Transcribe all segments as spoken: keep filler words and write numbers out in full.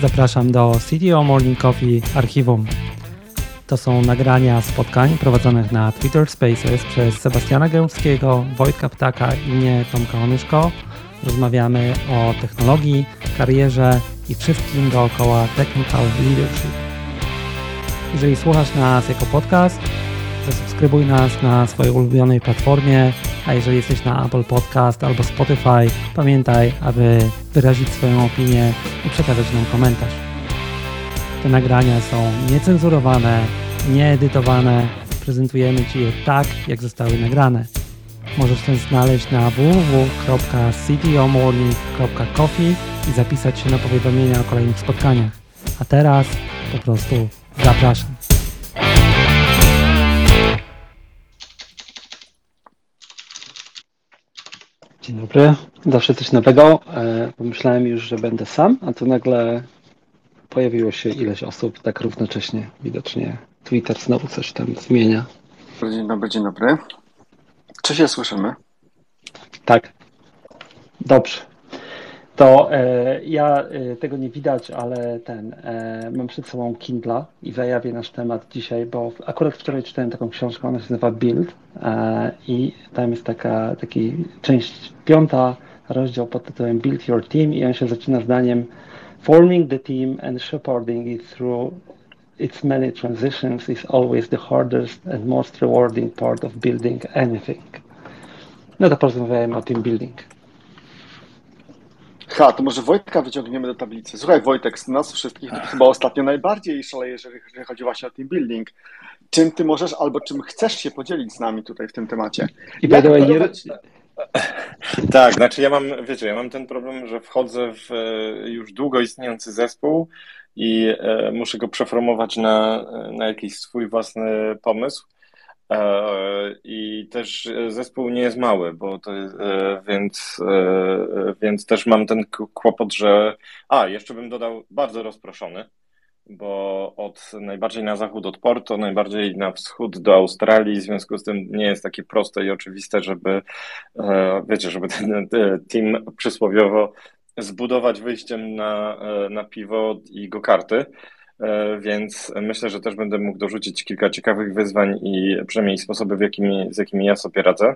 Zapraszam do C T O Morning Coffee Archiwum. To są nagrania spotkań prowadzonych na Twitter Spaces przez Sebastiana Gębskiego, Wojtka Ptaka i mnie, Tomka Onyszko. Rozmawiamy o technologii, karierze i wszystkim dookoła technical leadership. Jeżeli słuchasz nas jako podcast, zasubskrybuj nas na swojej ulubionej platformie, a jeżeli jesteś na Apple Podcast albo Spotify, pamiętaj, aby wyrazić swoją opinię i przekazać nam komentarz. Te nagrania są niecenzurowane, nieedytowane, prezentujemy Ci je tak, jak zostały nagrane. Możesz ten znaleźć na w w w kropka c t o morning kropka coffee i zapisać się na powiadomienia o kolejnych spotkaniach. A teraz po prostu zapraszam. Dzień dobry. Zawsze coś nowego. Pomyślałem już, że będę sam, a tu nagle pojawiło się ileś osób tak równocześnie. Widocznie Twitter znowu coś tam zmienia. Dzień dobry, dzień dobry. Czy się słyszymy? Tak. Dobrze. To e, ja e, tego nie widać, ale ten e, mam przed sobą Kindla i zajawię nasz temat dzisiaj, bo akurat wczoraj czytałem taką książkę, ona się nazywa Build e, i tam jest taka taki część piąta, rozdział pod tytułem Build Your Team i on się zaczyna zdaniem Forming the team and shepherding it through its many transitions is always the hardest and most rewarding part of building anything. No to porozmawiajmy o team building. Ha, to może Wojtka wyciągniemy do tablicy. Słuchaj, Wojtek, z nas wszystkich to chyba ostatnio najbardziej szaleje, jeżeli chodzi właśnie o team building. Czym ty możesz albo czym chcesz się podzielić z nami tutaj w tym temacie? I by the way, nie... Tak, znaczy ja mam, wiecie, ja mam ten problem, że wchodzę w już długo istniejący zespół i muszę go przeformować na, na jakiś swój własny pomysł. I też zespół nie jest mały, bo to jest, więc, więc też mam ten kłopot, że a, jeszcze bym dodał bardzo rozproszony, bo od najbardziej na zachód od Porto, najbardziej na wschód do Australii, w związku z tym nie jest takie proste i oczywiste, żeby, wiecie, żeby ten team przysłowiowo zbudować wyjściem na, na piwo i go-karty. Więc myślę, że też będę mógł dorzucić kilka ciekawych wyzwań i przynajmniej sposoby, w jakimi, z jakimi ja sobie radzę.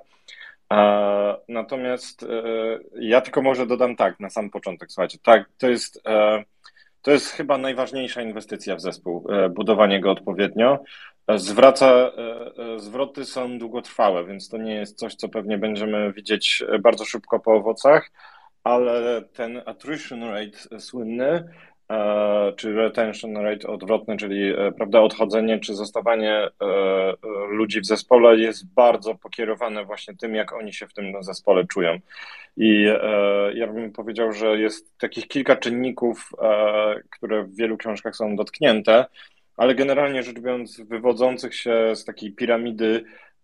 Natomiast ja tylko może dodam tak na sam początek, słuchajcie, tak, to jest, to jest chyba najważniejsza inwestycja w zespół, budowanie go odpowiednio. Zwraca, zwroty są długotrwałe, więc to nie jest coś, co pewnie będziemy widzieć bardzo szybko po owocach, ale ten attrition rate słynny, czy retention rate odwrotny, czyli prawda, odchodzenie czy zostawanie ludzi w zespole jest bardzo pokierowane właśnie tym, jak oni się w tym zespole czują. I ja bym powiedział, że jest takich kilka czynników, które w wielu książkach są dotknięte, ale generalnie rzecz biorąc wywodzących się z takiej piramidy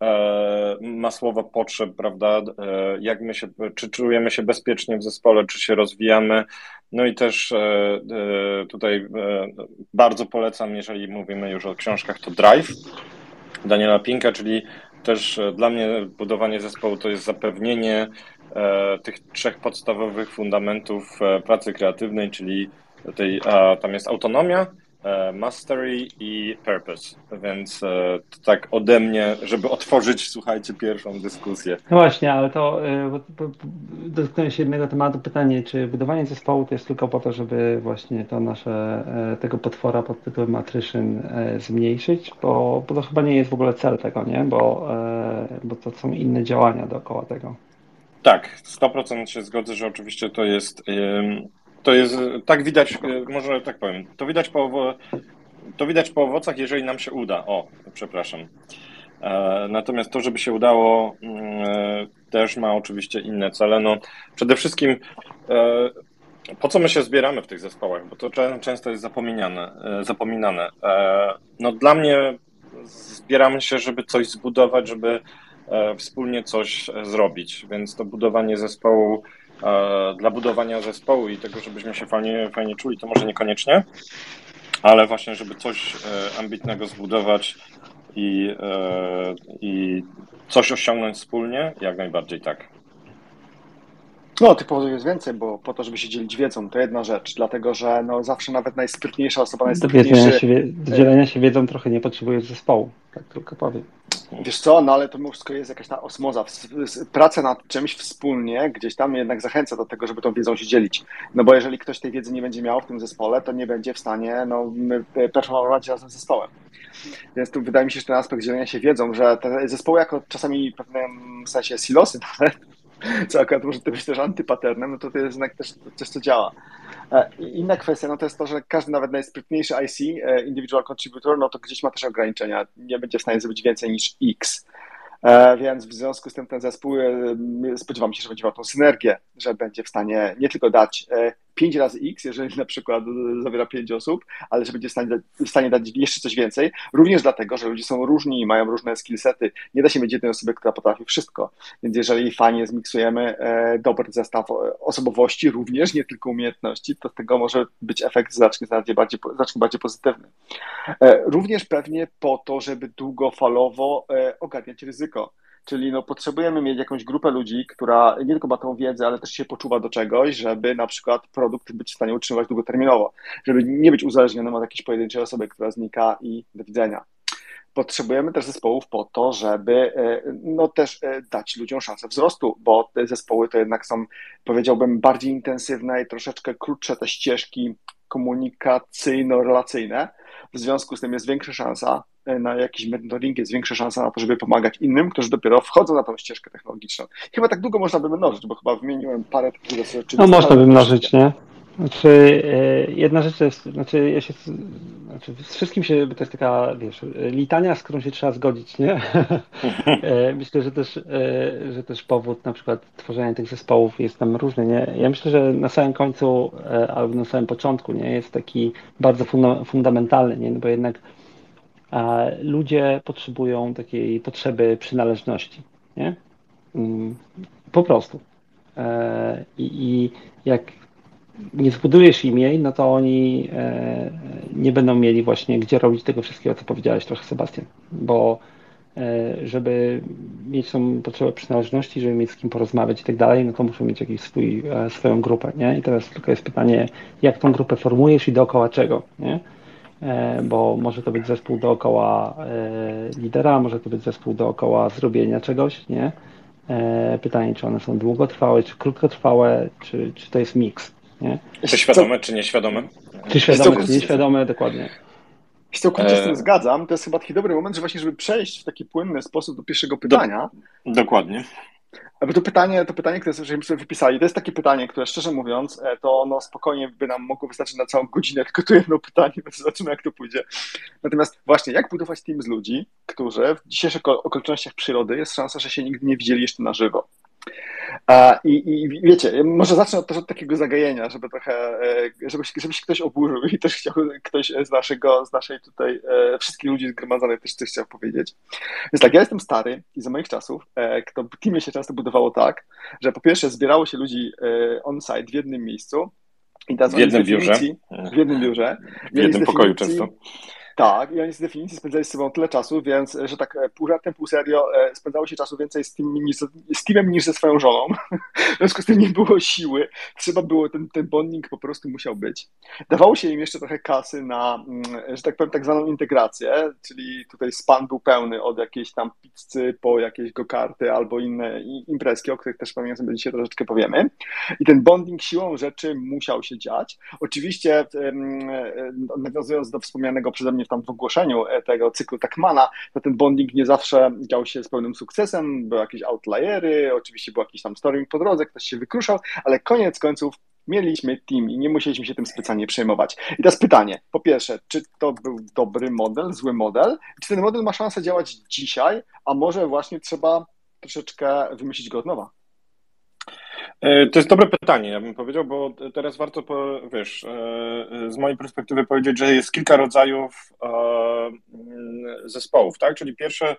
Masłowa potrzeb, prawda, jak my się, czy czujemy się bezpiecznie w zespole, czy się rozwijamy, no i też tutaj bardzo polecam, jeżeli mówimy już o książkach, to Drive Daniela Pinka, czyli też dla mnie budowanie zespołu to jest zapewnienie tych trzech podstawowych fundamentów pracy kreatywnej, czyli tej, tam jest autonomia, mastery i purpose, więc to tak ode mnie, żeby otworzyć, słuchajcie, pierwszą dyskusję. No właśnie, ale to dotknąłem się jednego tematu, pytanie, czy budowanie zespołu to jest tylko po to, żeby właśnie to nasze, tego potwora pod tytułem attrition zmniejszyć, bo, bo to chyba nie jest w ogóle cel tego, nie? Bo, bo to są inne działania dookoła tego. Tak, sto procent się zgodzę, że oczywiście to jest To jest, tak widać, może tak powiem, to widać po, owo, to widać po owocach, jeżeli nam się uda. O, przepraszam. E, natomiast to, żeby się udało, e, też ma oczywiście inne cele. No, przede wszystkim, e, po co my się zbieramy w tych zespołach, bo to często jest zapominane. E, zapominane. E, no, dla mnie zbieramy się, żeby coś zbudować, żeby e, wspólnie coś zrobić, więc to budowanie zespołu dla budowania zespołu i tego, żebyśmy się fajnie, fajnie czuli, to może niekoniecznie, ale właśnie, żeby coś ambitnego zbudować i, i coś osiągnąć wspólnie, jak najbardziej tak. No, tych powodów jest więcej, bo po to, żeby się dzielić wiedzą, to jedna rzecz, dlatego że no, zawsze nawet najsprytniejsza osoba, Do, wiedzenia najsprytniejszy. się, wie- do dzielenia się wiedzą trochę nie potrzebujesz zespołu, tak tylko powiem. Wiesz co, no ale to mimo wszystko jest jakaś ta osmoza. Praca nad czymś wspólnie gdzieś tam jednak zachęca do tego, żeby tą wiedzą się dzielić. No bo jeżeli ktoś tej wiedzy nie będzie miał w tym zespole, to nie będzie w stanie no, performować razem z zespołem. Więc tu wydaje mi się, że ten aspekt dzielenia się wiedzą, że te zespoły jako czasami w pewnym sensie silosy nawet, co akurat może być też antypaternem, no to to jest jednak też coś, co działa. I inna kwestia, no to jest to, że każdy nawet najsprytniejszy I C, Individual Contributor, no to gdzieś ma też ograniczenia, nie będzie w stanie zrobić więcej niż X. Więc w związku z tym ten zespół, spodziewam się, że będzie miał tą synergię, że będzie w stanie nie tylko dać pięć razy X, jeżeli na przykład zawiera pięć osób, ale że będzie w stanie, w stanie dać jeszcze coś więcej, również dlatego, że ludzie są różni i mają różne skillsety. Nie da się mieć jednej osoby, która potrafi wszystko. Więc jeżeli fajnie zmiksujemy dobry zestaw osobowości, również nie tylko umiejętności, to z tego może być efekt znacznie, znacznie, bardziej, znacznie bardziej pozytywny. Również pewnie po to, żeby długofalowo ogarniać ryzyko. Czyli no, potrzebujemy mieć jakąś grupę ludzi, która nie tylko ma tą wiedzę, ale też się poczuwa do czegoś, żeby na przykład produkt być w stanie utrzymywać długoterminowo, żeby nie być uzależnionym od jakiejś pojedynczej osoby, która znika i do widzenia. Potrzebujemy też zespołów po to, żeby no, też dać ludziom szansę wzrostu, bo te zespoły to jednak są, powiedziałbym, bardziej intensywne i troszeczkę krótsze te ścieżki komunikacyjno-relacyjne. W związku z tym jest większa szansa na jakiś mentoring, jest większa szansa na to, żeby pomagać innym, którzy dopiero wchodzą na tą ścieżkę technologiczną. Chyba tak długo można by mnożyć, bo chyba wymieniłem parę takich rzeczy. No można by mnożyć, nie? Znaczy, jedna rzecz jest, znaczy ja się, znaczy z wszystkim się, to jest taka, wiesz, litania, z którą się trzeba zgodzić, nie? Myślę, że też, że też powód na przykład tworzenia tych zespołów jest tam różny, nie? Ja myślę, że na samym końcu albo na samym początku, nie? Jest taki bardzo funda- fundamentalny, nie? No bo jednak a, ludzie potrzebują takiej potrzeby przynależności, nie? Po prostu. I, i jak nie zbudujesz im jej, no to oni e, nie będą mieli właśnie gdzie robić tego wszystkiego, co powiedziałeś trochę, Sebastian, bo e, żeby mieć tą potrzebę przynależności, żeby mieć z kim porozmawiać i tak dalej, no to muszą mieć jakiś swój, e, swoją grupę, nie? I teraz tylko jest pytanie, jak tą grupę formujesz i dookoła czego, nie? E, bo może to być zespół dookoła e, lidera, może to być zespół dookoła zrobienia czegoś, nie? E, pytanie, czy one są długotrwałe, czy krótkotrwałe, czy, czy to jest miks, nie? Czy świadome, czy nieświadome? Czy świadome, czy nieświadome, dokładnie. Się całkowicie z tym zgadzam. To jest chyba taki dobry moment, że właśnie, żeby przejść w taki płynny sposób do pierwszego pytania. Do, dokładnie. Aby to pytanie, to pytanie, które żeśmy sobie wypisali, to jest takie pytanie, które szczerze mówiąc, to ono spokojnie by nam mogło wystarczyć na całą godzinę, tylko to jedno pytanie, więc zobaczymy, jak to pójdzie. Natomiast właśnie, jak budować team z ludzi, którzy w dzisiejszych okolicznościach przyrody jest szansa, że się nigdy nie widzieli jeszcze na żywo. I, I wiecie, może zacznę od, od takiego zagajenia, żeby trochę, żeby, żeby się ktoś oburzył i też chciał ktoś z naszego, z naszej tutaj, wszystkich ludzi zgromadzonych też coś chciał powiedzieć. Więc tak, ja jestem stary i za moich czasów to w teamie się często budowało tak, że po pierwsze zbierało się ludzi on-site w jednym miejscu. I teraz w jednym biurze. W jednym biurze. W jednym pokoju często. Tak, i oni z definicji spędzali z sobą tyle czasu, więc, że tak pół żartem, pół serio, spędzało się czasu więcej z, tym, niż, z teamem niż ze swoją żoną. W związku z tym nie było siły, trzeba było, ten, ten bonding po prostu musiał być. Dawało się im jeszcze trochę kasy na, że tak powiem, tak zwaną integrację, czyli tutaj span był pełny od jakiejś tam pizzy po jakieś go-karty albo inne imprezki, o których też pewnie sobie dzisiaj troszeczkę powiemy. I ten bonding siłą rzeczy musiał się dziać. Oczywiście nawiązując do wspomnianego przeze mnie tam w ogłoszeniu tego cyklu Tuckmana, to ten bonding nie zawsze dział się z pełnym sukcesem, były jakieś outliery, oczywiście był jakiś tam storying po drodze, ktoś się wykruszał, ale koniec końców mieliśmy team i nie musieliśmy się tym specjalnie przejmować. I teraz pytanie, po pierwsze, czy to był dobry model, zły model? Czy ten model ma szansę działać dzisiaj, a może właśnie trzeba troszeczkę wymyślić go od nowa? To jest dobre pytanie, ja bym powiedział, bo teraz warto, wiesz, z mojej perspektywy powiedzieć, że jest kilka rodzajów zespołów, tak? Czyli pierwsze,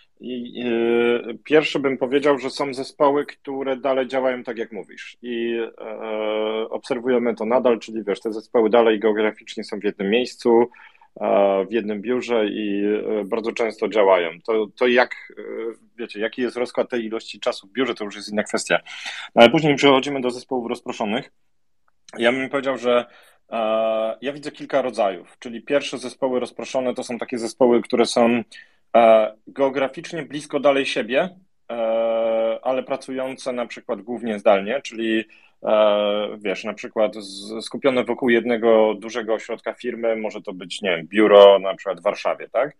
pierwsze bym powiedział, że są zespoły, które dalej działają tak, jak mówisz i obserwujemy to nadal, czyli wiesz, te zespoły dalej geograficznie są w jednym miejscu, w jednym biurze i bardzo często działają. To, to jak, wiecie, jaki jest rozkład tej ilości czasu w biurze, to już jest inna kwestia. No ale później przechodzimy do zespołów rozproszonych. Ja bym powiedział, że ja widzę kilka rodzajów, czyli pierwsze zespoły rozproszone to są takie zespoły, które są geograficznie blisko dalej siebie, ale pracujące na przykład głównie zdalnie, czyli wiesz, na przykład skupione wokół jednego dużego ośrodka firmy, może to być, nie wiem, biuro na przykład w Warszawie, tak?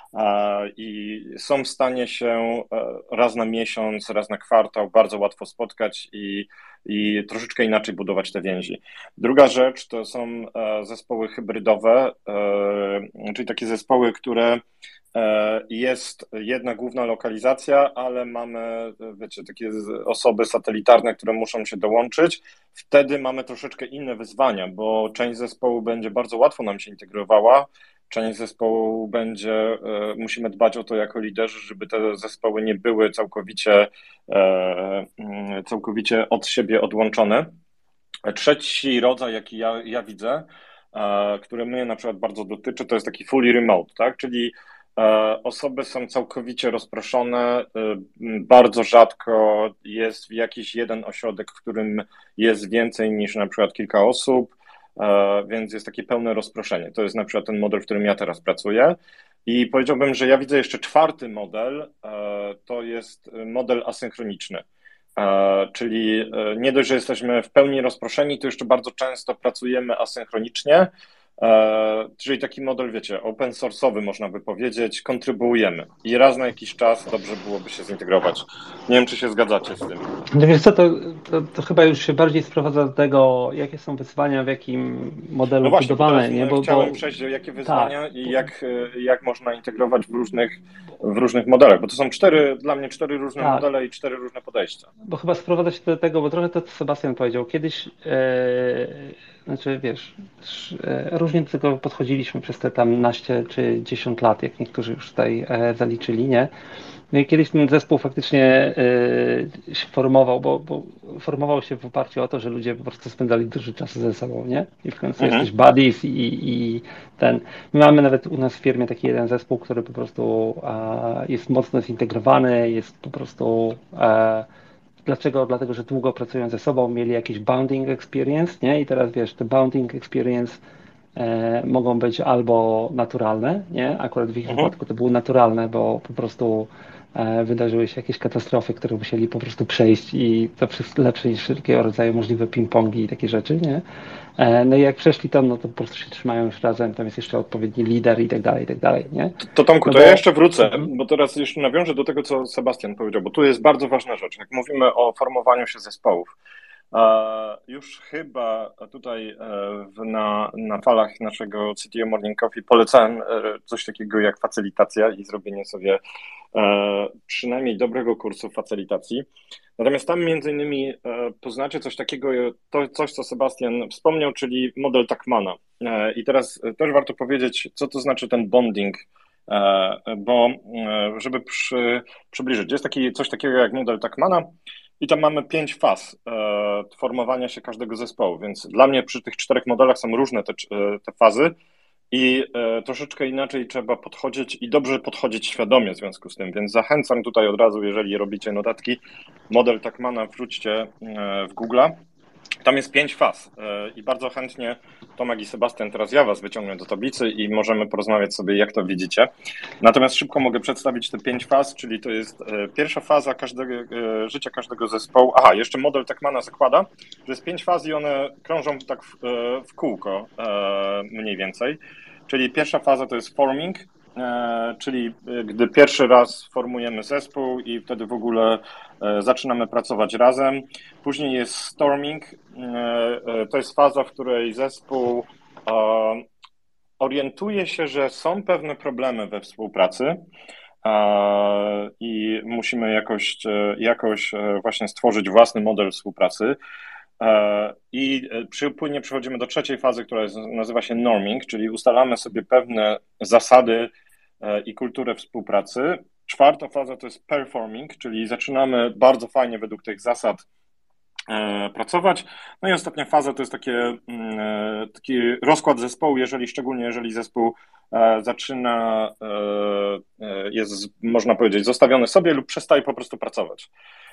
I są w stanie się raz na miesiąc, raz na kwartał bardzo łatwo spotkać i, i troszeczkę inaczej budować te więzi. Druga rzecz to są zespoły hybrydowe, czyli takie zespoły, które jest jedna główna lokalizacja, ale mamy, wiecie, takie osoby satelitarne, które muszą się dołączyć. Wtedy mamy troszeczkę inne wyzwania, bo część zespołu będzie bardzo łatwo nam się integrowała, część zespołu będzie, musimy dbać o to jako liderzy, żeby te zespoły nie były całkowicie, całkowicie od siebie odłączone. Trzeci rodzaj, jaki ja, ja widzę, który mnie na przykład bardzo dotyczy, to jest taki fully remote, tak? Czyli osoby są całkowicie rozproszone, bardzo rzadko jest jakiś jeden ośrodek, w którym jest więcej niż na przykład kilka osób, więc jest takie pełne rozproszenie. To jest na przykład ten model, w którym ja teraz pracuję. I powiedziałbym, że ja widzę jeszcze czwarty model, to jest model asynchroniczny. Czyli nie dość, że jesteśmy w pełni rozproszeni, to jeszcze bardzo często pracujemy asynchronicznie, czyli taki model, wiecie, open source'owy można by powiedzieć, kontrybuujemy i raz na jakiś czas dobrze byłoby się zintegrować. Nie wiem, czy się zgadzacie z tym. No wiesz co, to, to, to chyba już się bardziej sprowadza do tego, jakie są wyzwania, w jakim modelu no właśnie, budowane, bo nie? Bo, chciałem bo, przejść do jakie wyzwania tak, i jak, jak można integrować w różnych, w różnych modelach, bo to są cztery, dla mnie cztery różne tak. modele i cztery różne podejścia. Bo chyba sprowadza się do tego, bo trochę to, co Sebastian powiedział. Kiedyś, e, znaczy wiesz, e, różnie do tego podchodziliśmy przez te tam naście czy dziesiąt lat, jak niektórzy już tutaj e, zaliczyli, nie? No i kiedyś ten zespół faktycznie e, się formował, bo, bo formował się w oparciu o to, że ludzie po prostu spędzali dużo czasu ze sobą, nie? I w końcu Mhm. jesteś buddies i, i ten. My mamy nawet u nas w firmie taki jeden zespół, który po prostu e, jest mocno zintegrowany, jest po prostu e, Dlaczego? Dlatego, że długo pracują ze sobą, mieli jakiś bounding experience, nie? I teraz wiesz, te bounding experience e, mogą być albo naturalne, nie? Akurat w ich Mhm. wypadku to było naturalne, bo po prostu e, wydarzyły się jakieś katastrofy, które musieli po prostu przejść i to wszystko lepsze niż wszelkiego rodzaju możliwe ping-pongi i takie rzeczy, nie? E, no i jak przeszli tam, no to po prostu się trzymają już razem, tam jest jeszcze odpowiedni lider i tak dalej, i tak dalej, nie? To, to Tomku, No to bo- ja jeszcze wrócę, Mhm. bo teraz jeszcze nawiążę do tego, co Sebastian powiedział, bo tu jest bardzo ważna rzecz. Jak mówimy o formowaniu się zespołów, e, już chyba tutaj e, w, na, na falach naszego C T O Morning Coffee polecałem e, coś takiego jak facylitacja i zrobienie sobie e, przynajmniej dobrego kursu facylitacji. Natomiast tam między innymi e, poznacie coś takiego, to coś, co Sebastian wspomniał, czyli model Tuckmana. E, I teraz też warto powiedzieć, co to znaczy ten bonding, e, bo e, żeby przy, przybliżyć, jest taki, coś takiego jak model Tuckmana i tam mamy pięć faz e, formowania się każdego zespołu, więc dla mnie przy tych czterech modelach są różne te, te fazy i e, troszeczkę inaczej trzeba podchodzić i dobrze podchodzić świadomie w związku z tym, więc zachęcam tutaj od razu, jeżeli robicie notatki, model Tuckmana wróćcie e, w Google'a. Tam jest pięć faz e, i bardzo chętnie Tomek i Sebastian, teraz ja was wyciągnę do tablicy i możemy porozmawiać sobie, jak to widzicie. Natomiast szybko mogę przedstawić te pięć faz, czyli to jest e, pierwsza faza każdego, e, życia każdego zespołu. Aha, jeszcze model Tuckmana zakłada, że jest pięć faz i one krążą tak w, e, w kółko e, mniej więcej. Czyli pierwsza faza to jest forming, e, czyli e, gdy pierwszy raz formujemy zespół i wtedy w ogóle e, zaczynamy pracować razem. Później jest storming, to jest faza, w której zespół orientuje się, że są pewne problemy we współpracy i musimy jakoś, jakoś właśnie stworzyć własny model współpracy. I płynnie przechodzimy do trzeciej fazy, która jest, nazywa się norming, czyli ustalamy sobie pewne zasady i kulturę współpracy. Czwarta faza to jest performing, czyli zaczynamy bardzo fajnie według tych zasad pracować. No i ostatnia faza to jest takie, taki rozkład zespołu, jeżeli szczególnie jeżeli zespół zaczyna, jest, można powiedzieć, zostawiony sobie lub przestaje po prostu pracować.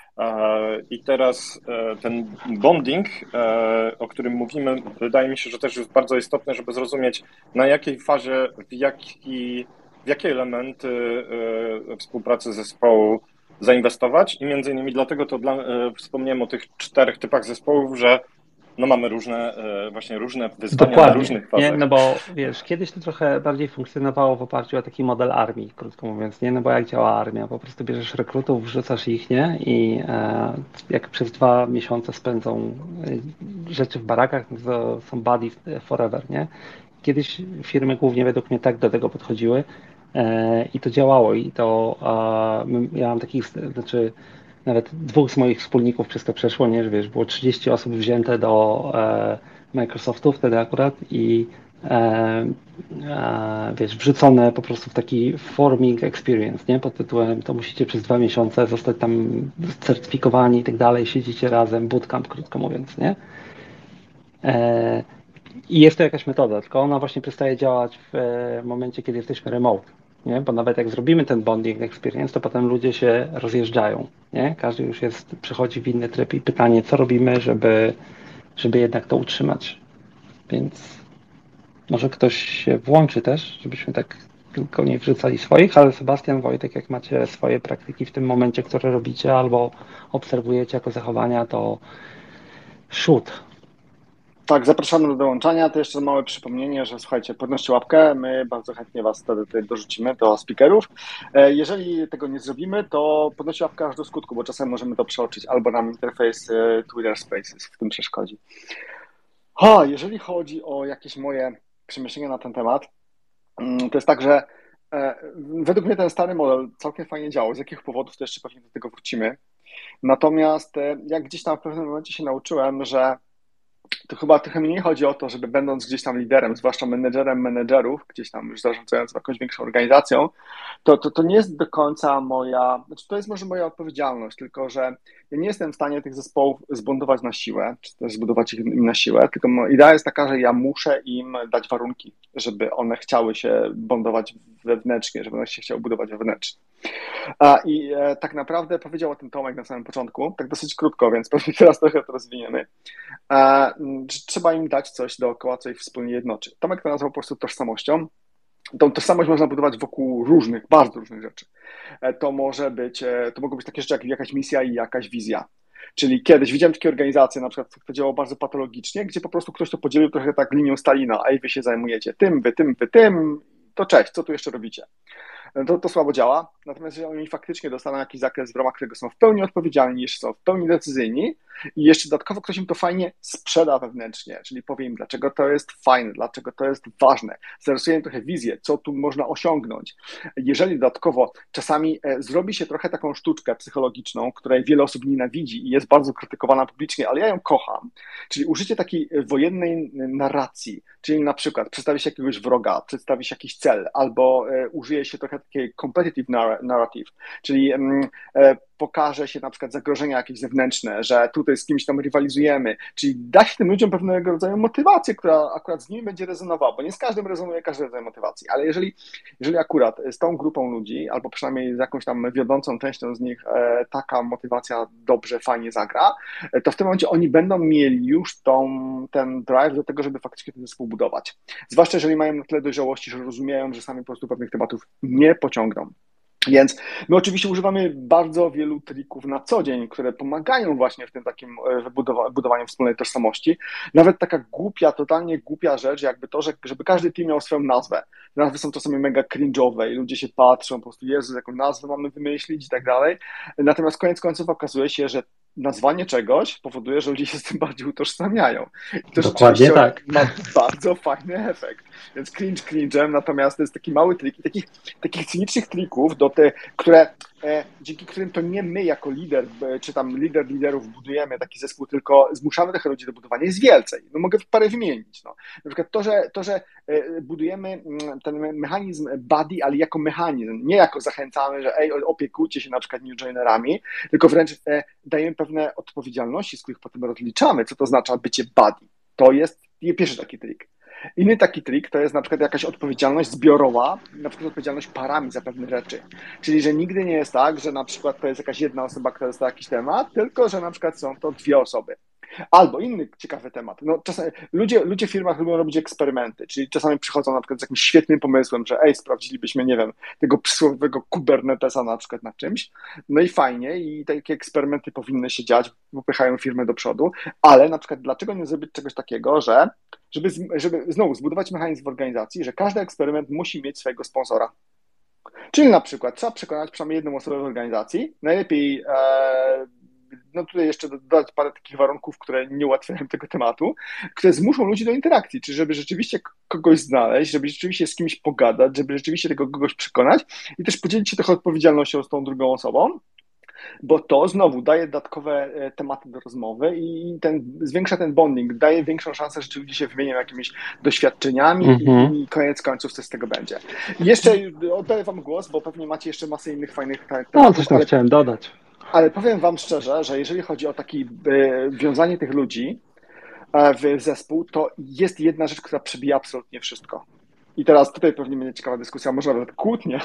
I teraz ten bonding, o którym mówimy, wydaje mi się, że też jest bardzo istotne, żeby zrozumieć, na jakiej fazie, w, jaki, w jakie elementy współpracy zespołu zainwestować i między innymi dlatego to dla, wspomniałem o tych czterech typach zespołów, że no mamy różne, właśnie różne wyzwania Dokładnie, na różnych fazach. Nie? No bo wiesz, kiedyś to trochę bardziej funkcjonowało w oparciu o taki model armii, krótko mówiąc, nie? No bo jak działa armia? Po prostu bierzesz rekrutów, wrzucasz ich, nie? I e, jak przez dwa miesiące spędzą rzeczy w barakach, no to są buddies forever, nie? Kiedyś firmy głównie według mnie tak do tego podchodziły e, i to działało i to e, ja mam takich, znaczy nawet dwóch z moich wspólników przez to przeszło, nie, że wiesz, było trzydzieści osób wzięte do e, Microsoftu wtedy akurat i e, e, wiesz, wrzucone po prostu w taki forming experience, nie, pod tytułem to musicie przez dwa miesiące zostać tam certyfikowani i tak dalej, siedzicie razem, bootcamp krótko mówiąc, nie. E, I jest to jakaś metoda, tylko ona właśnie przestaje działać w e, momencie, kiedy jesteśmy remote. Nie? Bo nawet jak zrobimy ten bonding experience, to potem ludzie się rozjeżdżają. Nie? Każdy już jest, przechodzi w inny tryb i pytanie, co robimy, żeby, żeby jednak to utrzymać. Więc może ktoś się włączy też, żebyśmy tak tylko nie wrzucali swoich, ale Sebastian, Wojtek, jak macie swoje praktyki w tym momencie, które robicie albo obserwujecie jako zachowania, to shoot. Tak, zapraszamy do dołączania. To jeszcze małe przypomnienie, że słuchajcie, podnoście łapkę, my bardzo chętnie Was wtedy tutaj dorzucimy do speakerów. Jeżeli tego nie zrobimy, to podnoście łapkę aż do skutku, bo czasem możemy to przeoczyć, albo nam interfejs Twitter Spaces w tym przeszkodzi. Ha, jeżeli chodzi o jakieś moje przemyślenia na ten temat, to jest tak, że według mnie ten stary model całkiem fajnie działał. Z jakich powodów, to jeszcze pewnie do tego wrócimy. Natomiast jak gdzieś tam w pewnym momencie się nauczyłem, że to chyba trochę mniej chodzi o to, żeby będąc gdzieś tam liderem, zwłaszcza menedżerem menedżerów, gdzieś tam już zarządzając jakąś większą organizacją, to, to, to nie jest do końca moja, znaczy to jest może moja odpowiedzialność, tylko że ja nie jestem w stanie tych zespołów zbundować na siłę, czy też zbudować ich im na siłę, tylko idea jest taka, że ja muszę im dać warunki, żeby one chciały się bondować wewnętrznie, żeby one się chciały budować wewnętrznie. I tak naprawdę powiedział o tym Tomek na samym początku, tak dosyć krótko, więc pewnie teraz trochę to rozwiniemy. Trzeba im dać coś dookoła, co ich wspólnie jednoczy. Tomek to nazwał po prostu tożsamością. Tą tożsamość można budować wokół różnych, bardzo różnych rzeczy. To może być, to mogą być takie rzeczy jak jakaś misja i jakaś wizja. Czyli kiedyś widziałem takie organizacje, na przykład, które działało bardzo patologicznie, gdzie po prostu ktoś to podzielił trochę tak linią Stalina, a wy się zajmujecie tym, wy tym, wy tym, to cześć, co tu jeszcze robicie? To, to słabo działa, natomiast jeżeli oni faktycznie dostaną jakiś zakres, w ramach którego są w pełni odpowiedzialni, jeszcze są w pełni decyzyjni i jeszcze dodatkowo ktoś im to fajnie sprzeda wewnętrznie, czyli powie im, dlaczego to jest fajne, dlaczego to jest ważne, zarysuje im trochę wizję, co tu można osiągnąć. Jeżeli dodatkowo czasami zrobi się trochę taką sztuczkę psychologiczną, której wiele osób nienawidzi i jest bardzo krytykowana publicznie, ale ja ją kocham, czyli użycie takiej wojennej narracji, czyli na przykład przedstawi się jakiegoś wroga, przedstawi się jakiś cel, albo użyje się trochę takiej competitive narrative, czyli pokaże się na przykład zagrożenia jakieś zewnętrzne, że tutaj z kimś tam rywalizujemy, czyli da się tym ludziom pewnego rodzaju motywację, która akurat z nimi będzie rezonowała, bo nie z każdym rezonuje każdy rodzaj motywacji, ale jeżeli, jeżeli akurat z tą grupą ludzi, albo przynajmniej z jakąś tam wiodącą częścią z nich taka motywacja dobrze, fajnie zagra, to w tym momencie oni będą mieli już tą, ten drive do tego, żeby faktycznie ten zespół budować. Zwłaszcza jeżeli mają na tyle dojrzałości, że rozumieją, że sami po prostu pewnych tematów nie pociągną. Więc my oczywiście używamy bardzo wielu trików na co dzień, które pomagają właśnie w tym takim budowaniu wspólnej tożsamości. Nawet taka głupia, totalnie głupia rzecz, jakby to, że, żeby każdy team miał swoją nazwę. Nazwy są czasami mega cringe'owe i ludzie się patrzą, po prostu Jezu, jaką nazwę mamy wymyślić i tak dalej. Natomiast koniec końców okazuje się, że nazwanie czegoś powoduje, że ludzie się z tym bardziej utożsamiają. I to Dokładnie rzeczywiście tak. ma bardzo fajny efekt. Więc cringe cringe'em, natomiast to jest taki mały trik i takich, takich cynicznych trików, do te, które, e, dzięki którym to nie my jako lider, e, czy tam lider liderów budujemy taki zespół, tylko zmuszamy tych ludzi do budowania, jest więcej. No mogę parę wymienić. No. Na przykład to, że, to, że e, budujemy ten mechanizm buddy, ale jako mechanizm, nie jako zachęcamy, że ej, opiekujcie się na przykład new joinerami, tylko wręcz e, dajemy pewne odpowiedzialności, z których potem rozliczamy, co to oznacza bycie buddy. To jest pierwszy taki trik. Inny taki trik to jest na przykład jakaś odpowiedzialność zbiorowa, na przykład odpowiedzialność parami za pewne rzeczy. Czyli, że nigdy nie jest tak, że na przykład to jest jakaś jedna osoba, która dostała jakiś temat, tylko że na przykład są to dwie osoby. Albo inny ciekawy temat. No, czasami ludzie, ludzie w firmach lubią robić eksperymenty, czyli czasami przychodzą na przykład z jakimś świetnym pomysłem, że ej, sprawdzilibyśmy, nie wiem, tego przysłowiowego Kubernetesa na przykład na czymś. No i fajnie, i takie eksperymenty powinny się dziać, popychają firmę do przodu, ale na przykład dlaczego nie zrobić czegoś takiego, że żeby, żeby znowu zbudować mechanizm w organizacji, że każdy eksperyment musi mieć swojego sponsora. Czyli na przykład trzeba przekonać przynajmniej jedną osobę w organizacji, najlepiej e, no tutaj jeszcze dodać parę takich warunków, które nie ułatwiają tego tematu, które zmuszą ludzi do interakcji, czyli żeby rzeczywiście kogoś znaleźć, żeby rzeczywiście z kimś pogadać, żeby rzeczywiście tego kogoś przekonać i też podzielić się trochę odpowiedzialnością z tą drugą osobą, bo to znowu daje dodatkowe tematy do rozmowy i ten, zwiększa ten bonding, daje większą szansę, że ci ludzie się wymienią jakimiś doświadczeniami mm-hmm. i, i koniec końców coś z tego będzie. I jeszcze oddaję wam głos, bo pewnie macie jeszcze masę innych fajnych tematów. No, coś tam ale... chciałem dodać. Ale powiem wam szczerze, że jeżeli chodzi o takie wiązanie tych ludzi w zespół, to jest jedna rzecz, która przebija absolutnie wszystko. I teraz tutaj pewnie będzie ciekawa dyskusja, może nawet kłótnie,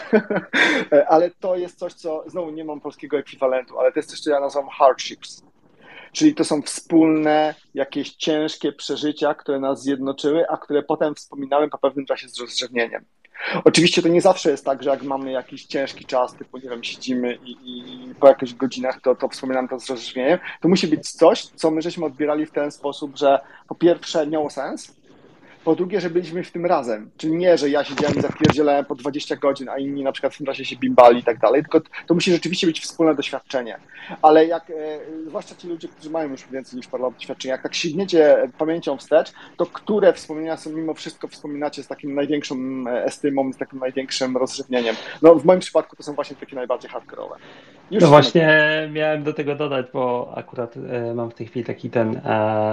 ale to jest coś, co znowu nie mam polskiego ekwiwalentu, ale to jest coś, co ja nazywam hardships. Czyli to są wspólne, jakieś ciężkie przeżycia, które nas zjednoczyły, a które potem wspominamy po pewnym czasie z rozrzewnieniem. Oczywiście to nie zawsze jest tak, że jak mamy jakiś ciężki czas, typu nie wiem, siedzimy i, i po jakichś godzinach to, to wspominamy to z rozrzewnieniem, to musi być coś, co my żeśmy odbierali w ten sposób, że po pierwsze miało sens, po drugie, że byliśmy w tym razem. Czyli nie, że ja siedziałem i zapierdzielałem po dwadzieścia godzin, a inni na przykład w tym czasie się bimbali i tak dalej, tylko to musi rzeczywiście być wspólne doświadczenie. Ale jak, e, zwłaszcza ci ludzie, którzy mają już więcej niż parę lat doświadczenia, jak tak sięgniecie pamięcią wstecz, to które wspomnienia są mimo wszystko wspominacie z takim największą estymą, z takim największym rozrzewnieniem? No w moim przypadku to są właśnie takie najbardziej hardkorowe. Już no właśnie tak. Miałem do tego dodać, bo akurat e, mam w tej chwili taki ten, e,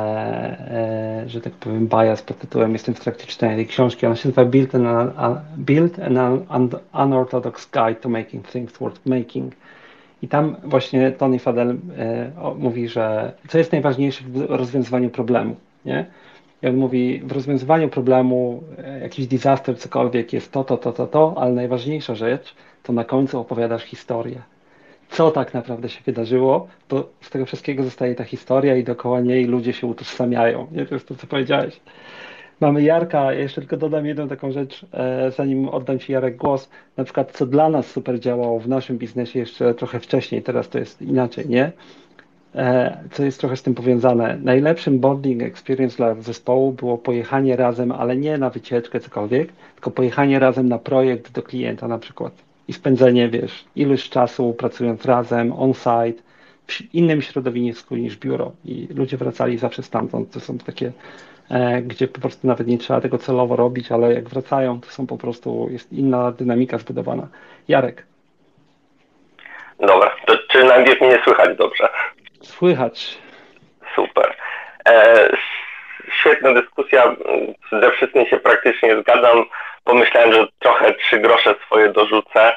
e, że tak powiem, bias pod tytułem, jestem w trakcie czytania tej książki, ona się nazywa Build an, a, Build an Unorthodox Guide to Making Things Worth Making. I tam właśnie Tony Fadell e, o, mówi, że co jest najważniejsze w rozwiązywaniu problemu, nie? I on mówi, w rozwiązywaniu problemu, e, jakiś disaster, cokolwiek jest to, to, to, to, to, ale najważniejsza rzecz, to na końcu opowiadasz historię. Co tak naprawdę się wydarzyło, to z tego wszystkiego zostaje ta historia i dookoła niej ludzie się utożsamiają. Nie? To jest to, co powiedziałeś. Mamy Jarka, ja jeszcze tylko dodam jedną taką rzecz, e, zanim oddam Ci, Jarek, głos. Na przykład, co dla nas super działało w naszym biznesie jeszcze trochę wcześniej, teraz to jest inaczej, nie? E, co jest trochę z tym powiązane. Najlepszym bonding experience dla zespołu było pojechanie razem, ale nie na wycieczkę, cokolwiek, tylko pojechanie razem na projekt do klienta na przykład. I spędzenie, wiesz, ilość czasu pracując razem, on-site, w innym środowisku niż biuro. I ludzie wracali zawsze stamtąd. To są takie, e, gdzie po prostu nawet nie trzeba tego celowo robić, ale jak wracają, to są po prostu, jest inna dynamika zbudowana. Jarek. Dobra, to czy najpierw mnie nie słychać dobrze? Słychać. Super. E, świetna dyskusja, ze wszystkim się praktycznie zgadzam. Pomyślałem, że trochę trzy grosze swoje dorzucę.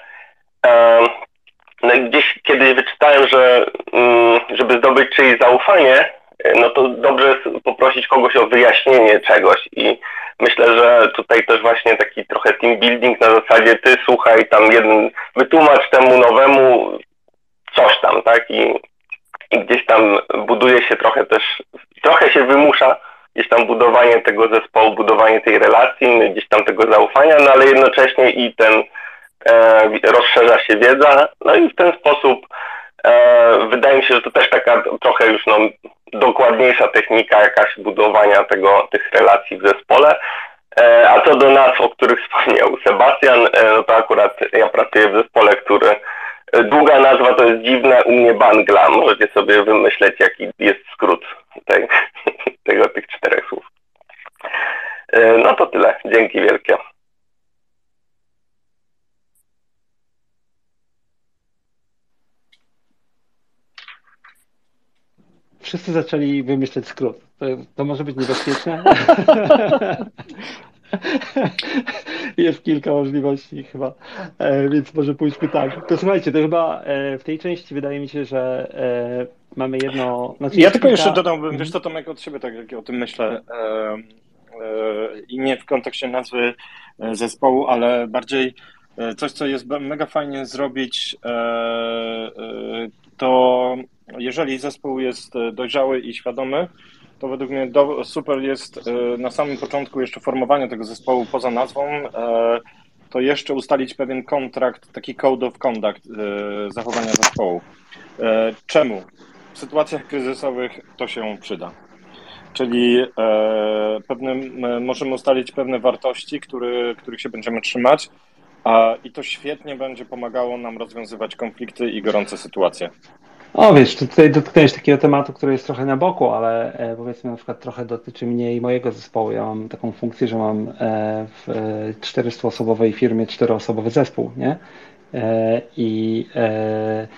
No i gdzieś kiedyś wyczytałem, że żeby zdobyć czyjeś zaufanie, no to dobrze jest poprosić kogoś o wyjaśnienie czegoś i myślę, że tutaj też właśnie taki trochę team building na zasadzie ty słuchaj tam jeden, wytłumacz temu nowemu coś tam, tak? I, i gdzieś tam buduje się trochę też, trochę się wymusza gdzieś tam budowanie tego zespołu, budowanie tej relacji, gdzieś tam tego zaufania, no ale jednocześnie i ten e, rozszerza się wiedza, no i w ten sposób e, wydaje mi się, że to też taka trochę już no, dokładniejsza technika jakaś budowania tego, tych relacji w zespole. E, a co do nazw, o których wspomniał Sebastian, e, no to akurat ja pracuję w zespole, który długa nazwa to jest dziwne, u mnie Bangla. Możecie sobie wymyśleć, jaki jest skrót tej, tego, tych czterech słów. No to tyle. Dzięki wielkie. Wszyscy zaczęli wymyślać skrót. To, to może być niebezpieczne. Jest kilka możliwości chyba, e, więc może pójdźmy tak. To słuchajcie, to chyba e, w tej części wydaje mi się, że e, mamy jedno... Znaczy Ja tylko kilka... jeszcze dodałbym, wiesz co, Tomek, od siebie, tak jak o tym myślę, e, e, i nie w kontekście nazwy zespołu, ale bardziej coś, co jest mega fajnie zrobić, e, e, to jeżeli zespół jest dojrzały i świadomy, to według mnie do, super jest na samym początku jeszcze formowania tego zespołu poza nazwą, to jeszcze ustalić pewien kontrakt, taki code of conduct zachowania zespołu. Czemu? W sytuacjach kryzysowych to się przyda. Czyli pewne, możemy ustalić pewne wartości, który, których się będziemy trzymać, a, i to świetnie będzie pomagało nam rozwiązywać konflikty i gorące sytuacje. O wiesz, tutaj dotknąłeś takiego tematu, który jest trochę na boku, ale e, powiedzmy na przykład trochę dotyczy mnie i mojego zespołu. Ja mam taką funkcję, że mam e, w czterystoosobowej firmie czteroosobowy zespół, nie? E, i, e,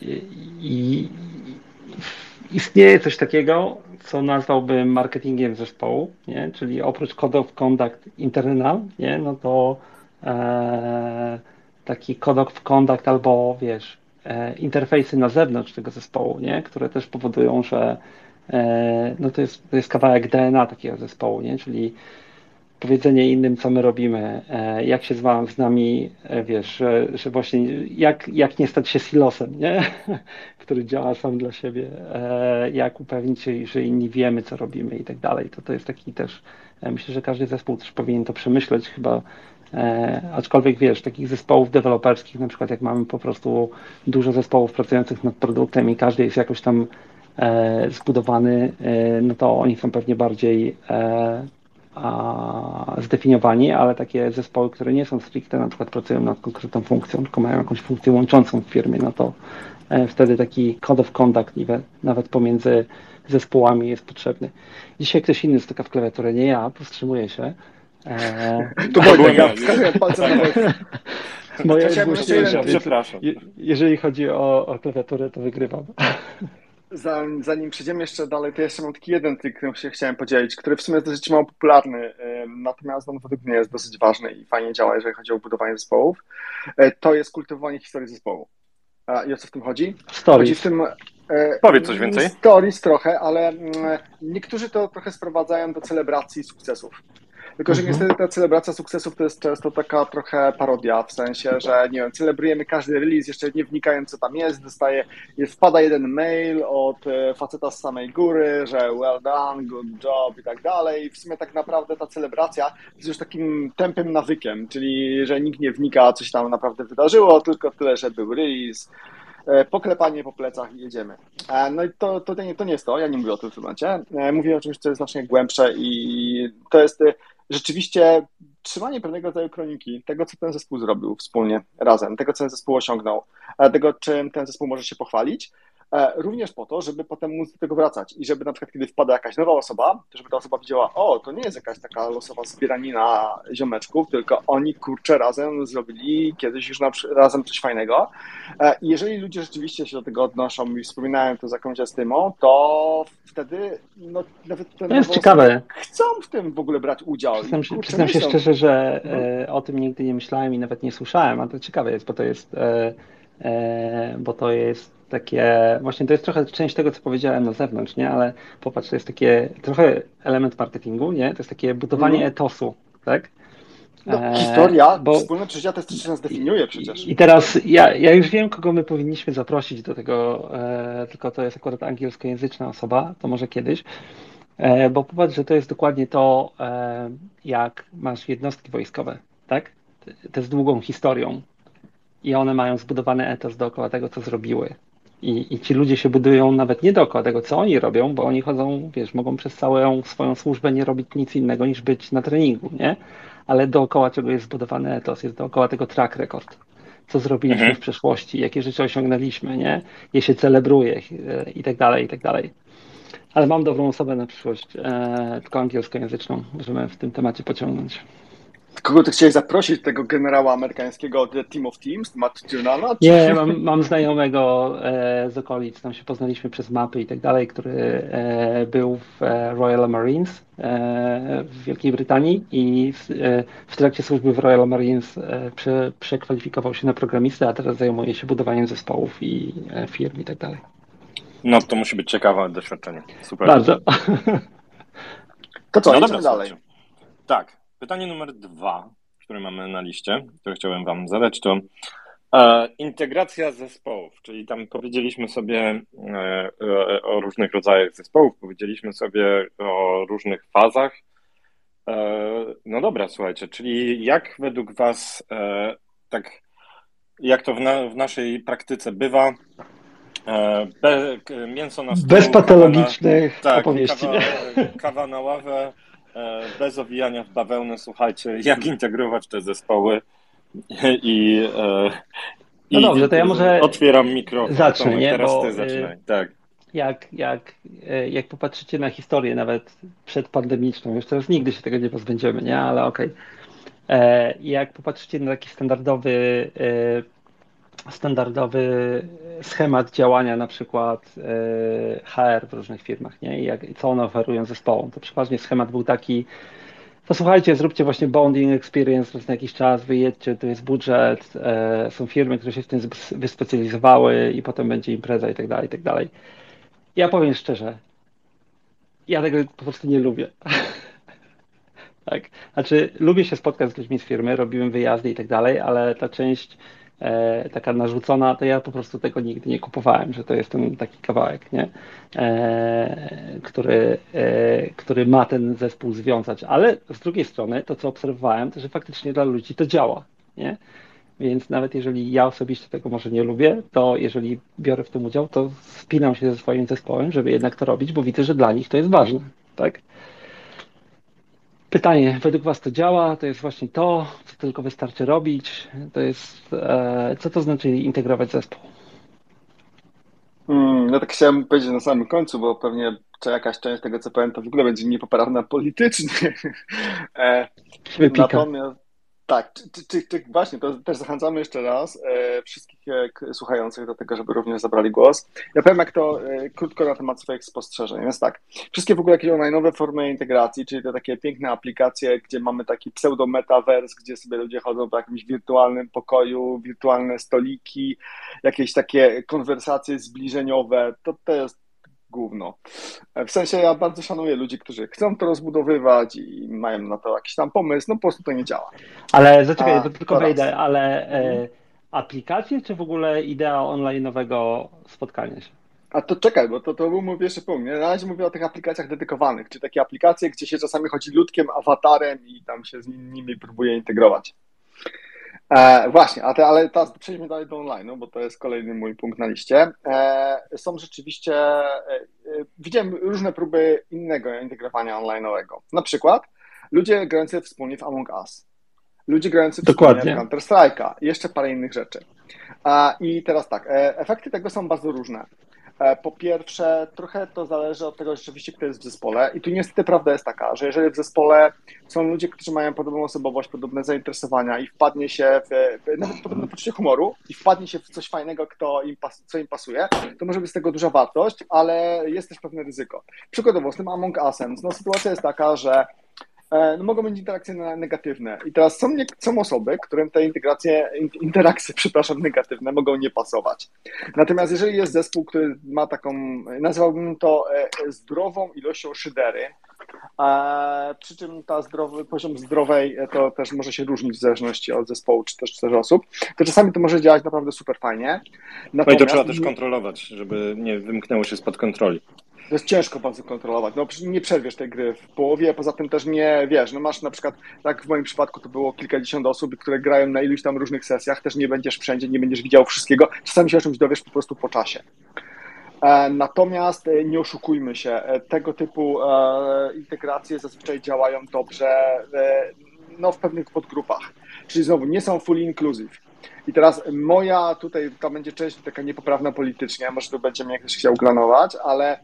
i istnieje coś takiego, co nazwałbym marketingiem zespołu, nie? Czyli oprócz code of conduct internal, nie? No to e, taki code of conduct albo wiesz, e, interfejsy na zewnątrz tego zespołu, nie? Które też powodują, że e, no to jest, to jest kawałek D N A takiego zespołu, nie? Czyli powiedzenie innym, co my robimy, e, jak się z, wam, z nami, e, wiesz, że, że właśnie jak, jak nie stać się silosem, nie? Który działa sam dla siebie, e, jak upewnić się, że inni wiemy, co robimy i tak dalej. To to jest taki też, e, myślę, że każdy zespół też powinien to przemyśleć chyba, e, aczkolwiek wiesz, takich zespołów deweloperskich, na przykład jak mamy po prostu dużo zespołów pracujących nad produktem i każdy jest jakoś tam e, zbudowany, e, no to oni są pewnie bardziej e, a, zdefiniowani, ale takie zespoły, które nie są stricte, na przykład pracują nad konkretną funkcją, tylko mają jakąś funkcję łączącą w firmie, no to e, wtedy taki code of conduct nawet, nawet pomiędzy zespołami jest potrzebny. Dzisiaj ktoś inny styka w klawiaturę, nie ja, powstrzymuję się. E, To byłem ja, wskazuję palcem na Wojtka. Moja jest Chciałbym jeszcze głośniejsza, jeden- więc Przepraszam. je, jeżeli chodzi o, o klawiaturę, to wygrywam. Zanim, zanim przejdziemy jeszcze dalej, to jeszcze mam taki jeden trik, którym się chciałem podzielić, który w sumie jest dosyć mało popularny, ym, natomiast on według mnie jest dosyć ważny i fajnie działa, jeżeli chodzi o budowanie zespołów. E, To jest kultywowanie historii zespołu. A I o co w tym chodzi? Chodzi Stories. w tym... e, Powiedz coś więcej. Stories trochę, ale mm, niektórzy to trochę sprowadzają do celebracji sukcesów. Tylko, że Mhm. niestety ta celebracja sukcesów to jest często taka trochę parodia, w sensie, że nie wiem, celebrujemy każdy release, jeszcze nie wnikając co tam jest, dostaje, jest, wpada jeden mail od e, faceta z samej góry, że well done, good job i tak dalej. I w sumie tak naprawdę ta celebracja jest już takim tępym nawykiem, czyli że nikt nie wnika, co się tam naprawdę wydarzyło, tylko tyle, że był release, e, poklepanie po plecach i jedziemy. E, No i to, to, nie, to nie jest to, ja nie mówię o tym w tym momencie. E, Mówię o czymś, co jest znacznie głębsze i to jest e, rzeczywiście trzymanie pewnego rodzaju kroniki tego, co ten zespół zrobił wspólnie, razem, tego, co ten zespół osiągnął, e, tego, czym ten zespół może się pochwalić, e, również po to, żeby potem móc do tego wracać i żeby na przykład, kiedy wpada jakaś nowa osoba, to żeby ta osoba widziała, o, to nie jest jakaś taka losowa zbieranina ziomeczków, tylko oni, kurczę, razem zrobili kiedyś już na, przy- razem coś fajnego. E, I jeżeli ludzie rzeczywiście się do tego odnoszą i wspominają to z jakąś estymą, to wtedy no, nawet te To jest nowe ciekawe. osoby chcą w tym w ogóle brać udział. I, Przyznam się, kurczę, przyznam się myślą, szczerze, że Mhm. e, o tym nigdy nie myślałem i nawet nie słyszałem, a to ciekawe jest, bo to jest, e, e, bo to jest takie, właśnie to jest trochę część tego, co powiedziałem na zewnątrz, nie? Ale popatrz, to jest takie trochę element marketingu, nie? To jest takie budowanie Mhm. etosu, tak? No, E, historia, bo wspólne przeżycia to jest coś, co nas definiuje przecież. i teraz ja, ja już wiem, kogo my powinniśmy zaprosić do tego, e, tylko to jest akurat angielskojęzyczna osoba, to może kiedyś. E, Bo popatrz, że to jest dokładnie to, e, jak masz jednostki wojskowe, tak? Te- Te z długą historią i one mają zbudowany etos dookoła tego, co zrobiły. I, I ci ludzie się budują nawet nie dookoła tego, co oni robią, bo oni chodzą, wiesz, mogą przez całą swoją służbę nie robić nic innego niż być na treningu, nie? Ale dookoła czego jest zbudowany etos, jest dookoła tego track record. Co zrobiliśmy Mhm. w przeszłości, jakie rzeczy osiągnęliśmy, nie? Je się celebruje e, i tak dalej, i tak dalej. Ale mam dobrą osobę na przyszłość, e, tylko angielskojęzyczną, możemy w tym temacie pociągnąć. Kogo ty chciałeś zaprosić? Tego generała amerykańskiego The Team of Teams, Matt Turnana? Czy... Nie, mam, mam znajomego e, z okolic, tam się poznaliśmy przez mapy i tak dalej, który e, był w e, Royal Marines e, w Wielkiej Brytanii i w, e, w trakcie służby w Royal Marines e, prze, przekwalifikował się na programistę, a teraz zajmuje się budowaniem zespołów i e, firm i tak dalej. No to musi być ciekawe doświadczenie. Super. Bardzo. To co, No idziemy dobra, dalej. słuchajcie. Tak, pytanie numer dwa, które mamy na liście, które chciałem wam zadać, to e, integracja zespołów, czyli tam powiedzieliśmy sobie e, e, o różnych rodzajach zespołów, powiedzieliśmy sobie o różnych fazach. E, no dobra, słuchajcie, czyli jak według was, e, tak jak to w, na, w naszej praktyce bywa, e, be, mięso na stół, Bez patologicznych kawa na, opowieści. Tak, kawa, kawa na ławę, bez owijania w bawełnę, słuchajcie, jak integrować te zespoły i, i No dobrze, to ja może otwieram mikrofon. zacznę, Tomek, nie? teraz Bo, ty zaczynaj. Tak. Jak, jak, jak popatrzycie na historię nawet przedpandemiczną, już teraz nigdy się tego nie pozbędziemy, nie? Ale okej. Okay. Jak popatrzycie na taki standardowy standardowy schemat działania na przykład H R w różnych firmach, nie? I jak, co one oferują zespołom, to przeważnie schemat był taki: posłuchajcie, zróbcie właśnie bonding experience raz na jakiś czas, wyjedźcie, to jest budżet, e, są firmy, które się w tym wyspecjalizowały i potem będzie impreza i tak dalej, i tak dalej. Ja powiem szczerze, ja tego po prostu nie lubię. Tak, znaczy lubię się spotkać z ludźmi z firmy, robiłem wyjazdy i tak dalej, ale ta część e, taka narzucona, to ja po prostu tego nigdy nie kupowałem, że to jest ten taki kawałek, nie? E, który, e, który ma ten zespół związać, ale z drugiej strony to, co obserwowałem, to że faktycznie dla ludzi to działa, nie? Więc nawet jeżeli ja osobiście tego może nie lubię, to jeżeli biorę w tym udział, to spinam się ze swoim zespołem, żeby jednak to robić, bo widzę, że dla nich to jest ważne, tak? Pytanie, według was to działa? To jest właśnie to, co tylko wystarczy robić? To jest, e, co to znaczy integrować zespół? Hmm, no tak chciałem powiedzieć na samym końcu, bo pewnie czy jakaś część tego, co powiem, to w ogóle będzie niepoprawna politycznie. e, natomiast tak, czy, czy, czy, właśnie, to też zachęcamy jeszcze raz e, wszystkich e, słuchających do tego, żeby również zabrali głos. Ja powiem, jak to e, krótko na temat swoich spostrzeżeń. Więc tak, wszystkie w ogóle jakieś online'owe formy integracji, czyli te takie piękne aplikacje, gdzie mamy taki pseudo-metaverse, gdzie sobie ludzie chodzą po jakimś wirtualnym pokoju, wirtualne stoliki, jakieś takie konwersacje zbliżeniowe, to to jest gówno. W sensie ja bardzo szanuję ludzi, którzy chcą to rozbudowywać i mają na to jakiś tam pomysł, no po prostu to nie działa. Ale zaczekaj, A, to tylko to wejdę, raz. ale e, aplikacje czy w ogóle idea online'owego spotkania się? A to czekaj, bo to, to był mój pierwszy punkt. Nie? Na razie mówię o tych aplikacjach dedykowanych, czy takie aplikacje, gdzie się czasami chodzi ludkiem, awatarem i tam się z nimi próbuje integrować. E, właśnie, a te, ale teraz przejdźmy dalej do online, no, bo to jest kolejny mój punkt na liście. E, są rzeczywiście, e, e, widziałem różne próby innego integrowania online'owego. Na przykład ludzie grający wspólnie w Among Us, ludzie grający Dokładnie. wspólnie w Counter-Strike'a i jeszcze parę innych rzeczy. E, I teraz tak, e, efekty tego są bardzo różne. Po pierwsze, trochę to zależy od tego rzeczywiście, kto jest w zespole i tu niestety prawda jest taka, że jeżeli w zespole są ludzie, którzy mają podobną osobowość, podobne zainteresowania i wpadnie się w, w nawet podobne poczucie humoru i wpadnie się w coś fajnego, kto im pas, co im pasuje, to może być z tego duża wartość, ale jest też pewne ryzyko. Przykładowo z tym Among Usem, no sytuacja jest taka, że no mogą być interakcje negatywne. I teraz są, nie, są osoby, którym te integracje, interakcje, przepraszam, negatywne mogą nie pasować. Natomiast jeżeli jest zespół, który ma taką, nazwałbym to zdrową ilością szydery, a przy czym ta zdrowy, poziom zdrowej to też może się różnić w zależności od zespołu czy też, czy też osób, to czasami to może działać naprawdę super fajnie. Natomiast... No i to trzeba też kontrolować, żeby nie wymknęło się spod kontroli. To jest ciężko bardzo kontrolować. No, nie przerwiesz tej gry w połowie, poza tym też nie wiesz, no masz na przykład, tak w moim przypadku to było kilkadziesiąt osób, które grają na iluś tam różnych sesjach, też nie będziesz wszędzie, nie będziesz widział wszystkiego, czasami się o czymś dowiesz po prostu po czasie. E, natomiast e, nie oszukujmy się, e, tego typu e, integracje zazwyczaj działają dobrze e, no, w pewnych podgrupach, czyli znowu nie są fully inclusive. I teraz moja tutaj, to będzie część taka niepoprawna politycznie, może tu będzie mnie ktoś chciał glanować, ale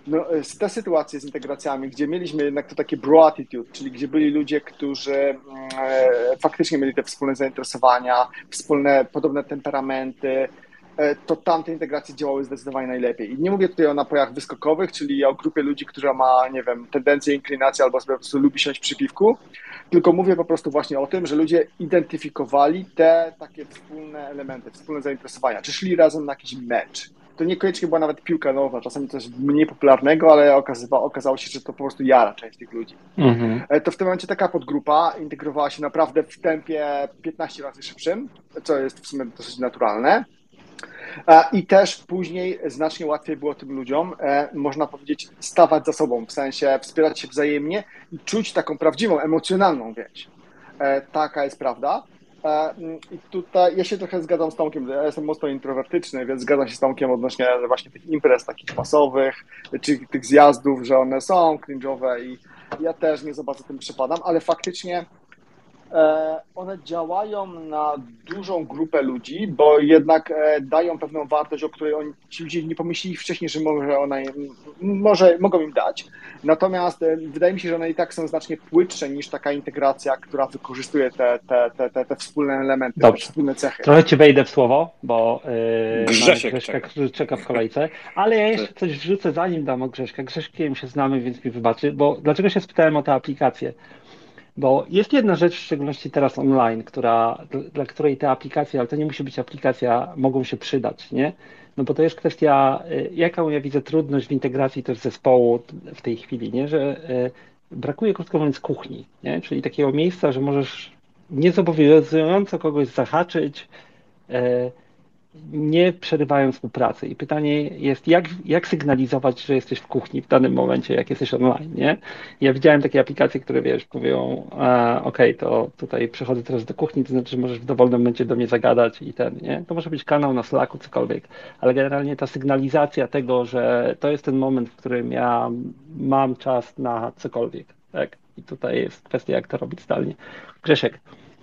no, te sytuacje z integracjami, gdzie mieliśmy jednak to takie bro attitude, czyli gdzie byli ludzie, którzy e, faktycznie mieli te wspólne zainteresowania, wspólne, podobne temperamenty, e, to tamte integracje działały zdecydowanie najlepiej. I nie mówię tutaj o napojach wyskokowych, czyli o grupie ludzi, która ma, nie wiem, tendencję, inklinację albo sobie po prostu lubi siąść przy piwku, tylko mówię po prostu właśnie o tym, że ludzie identyfikowali te takie wspólne elementy, wspólne zainteresowania, czy szli razem na jakiś mecz. To niekoniecznie była nawet piłka nowa, czasami coś mniej popularnego, ale okazywa, okazało się, że to po prostu jara część tych ludzi. Mhm. To w tym momencie taka podgrupa integrowała się naprawdę w tempie piętnaście razy szybszym, co jest w sumie dosyć naturalne. I też później znacznie łatwiej było tym ludziom, można powiedzieć, stawać za sobą, w sensie wspierać się wzajemnie i czuć taką prawdziwą, emocjonalną więź. Taka jest prawda. I tutaj ja się trochę zgadzam z Tomkiem, ja jestem mocno introwertyczny, więc zgadzam się z Tomkiem odnośnie właśnie tych imprez takich masowych, czy tych zjazdów, że one są cringe'owe i ja też nie za bardzo tym przypadam, ale faktycznie one działają na dużą grupę ludzi, bo jednak dają pewną wartość, o której oni, ci ludzie nie pomyśleli wcześniej, że może ona może mogą im dać. Natomiast wydaje mi się, że one i tak są znacznie płytsze niż taka integracja, która wykorzystuje te, te, te, te, te wspólne elementy, Dobrze. te wspólne cechy. Trochę ci wejdę w słowo, bo yy, Grzesiek Grześka, czeka. który czeka w kolejce, ale ja jeszcze coś wrzucę, zanim dam od Grześka. Grzeszkiem się znamy, więc mi wybaczy, bo dlaczego się spytałem o tę aplikację? Bo jest jedna rzecz, w szczególności teraz online, która, dla której te aplikacje, ale to nie musi być aplikacja, mogą się przydać, nie? No bo to jest kwestia, jaką ja widzę trudność w integracji też zespołu w tej chwili, nie? Że brakuje, krótko mówiąc, kuchni, nie? Czyli takiego miejsca, że możesz niezobowiązująco kogoś zahaczyć, nie przerywając współpracy. I pytanie jest, jak, jak sygnalizować, że jesteś w kuchni w danym momencie, jak jesteś online, nie? Ja widziałem takie aplikacje, które, wiesz, mówią, okej, okay, to tutaj przechodzę teraz do kuchni, to znaczy, że możesz w dowolnym momencie do mnie zagadać i ten, nie? To może być kanał na Slacku, cokolwiek, ale generalnie ta sygnalizacja tego, że to jest ten moment, w którym ja mam czas na cokolwiek, tak? I tutaj jest kwestia, jak to robić zdalnie. Grzesiek.